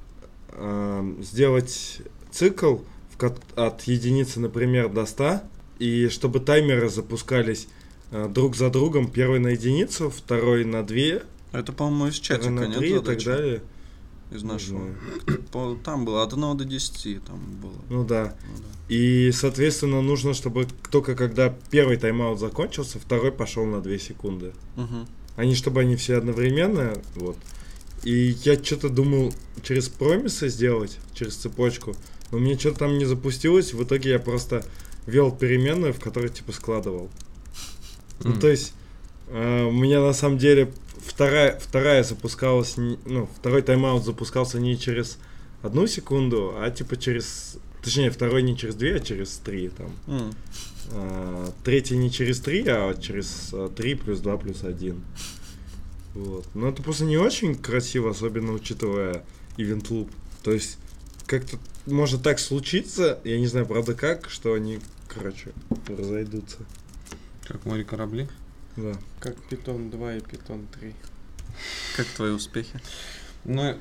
сделать цикл от единицы, например, до 100, и чтобы таймеры запускались друг за другом, первый на единицу, второй на 2, Это, по-моему, из чатика, на нет, 3 и так задачи? далее. Из нашего. знаю. Там было от 1 до 10, там было. Ну да. Ну да. И, соответственно, нужно, чтобы только когда первый тайм-аут закончился, второй пошел на 2 секунды. Мгм. Чтобы они все одновременно, вот. И я что-то думал через промисы сделать, через цепочку, но мне что-то там не запустилось, в итоге я просто ввел переменную, в которой типа складывал. Ну, то есть, у меня на самом деле вторая запускалась, второй тайм-аут запускался не через 1 секунду, а типа через... Точнее, второй не через 2, а через 3 там. Третий не через 3, а через 3 плюс 2 плюс 1. Вот. Но это просто не очень красиво, особенно учитывая Event Loop. То есть, как-то может так случиться, я не знаю, правда, как, что они, короче, разойдутся. Как море корабли. Да. Как Python 2 и Python 3. Как твои успехи? Ну,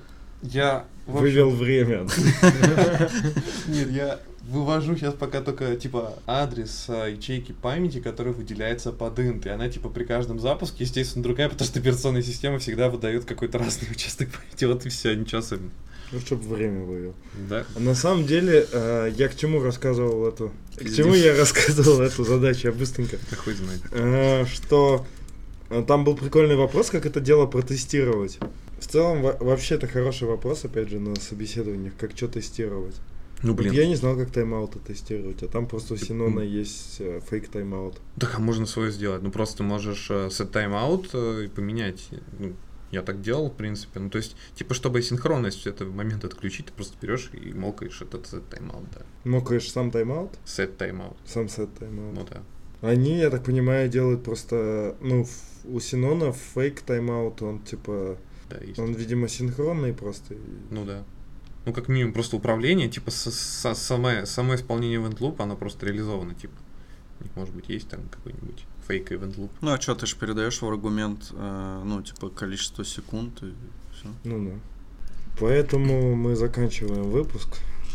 Я Вывел время. Нет, я вывожу сейчас пока только, типа, адрес ячейки памяти, который выделяется под int, и она, типа, при каждом запуске, естественно, другая, потому что операционная система всегда выдает какой-то разный участок памяти, вот и все, ничего особенного. Ну, чтобы время вывел. Да. А на самом деле, я к чему рассказывал эту... К чему я рассказывал эту задачу, я быстренько. Да хуй знает. Что там был прикольный вопрос, как это дело протестировать. В целом, вообще это хороший вопрос, опять же, на собеседованиях, как что тестировать. Ну, Вот я не знал, как тайм-ауты тестировать, а там просто у Синона есть фейк тайм-аут. Так, а можно свое сделать. Ну, просто можешь set timeout и поменять. Ну, я так делал, в принципе. Ну, то есть, типа, чтобы синхронность в этот момент отключить, ты просто берешь и мокаешь этот set timeout, да. Мокаешь сам тайм-аут? Set timeout. Сам сет тайм-аут. Ну, да. Они, я так понимаю, делают просто... Ну, у Синона фейк тайм-аут, он типа... Да, есть. Он, видимо, синхронный просто. Ну, да. Ну, как минимум, просто управление, типа, само исполнение event loop, оно просто реализовано, типа. У них, может быть, есть там какой-нибудь фейк event loop. Ну, а что, ты же передаешь в аргумент, ну, типа, количество секунд и все. Ну, да. Поэтому мы заканчиваем выпуск.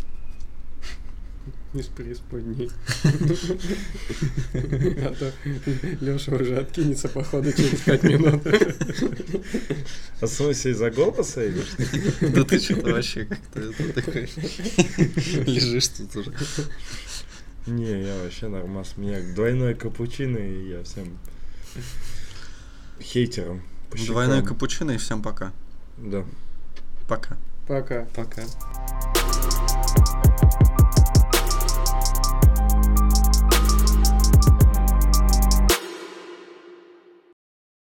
Из преисподней. А то Леша уже откинется, походу, через 5 минут. А в смысле, из-за голоса или что? Да ты что-то вообще как-то такой лежишь тут уже. Не, я вообще нормас. Меня двойной капучино, и я всем хейтерам по щекам. Двойной капучино и всем пока. Да. Пока. Пока. Пока.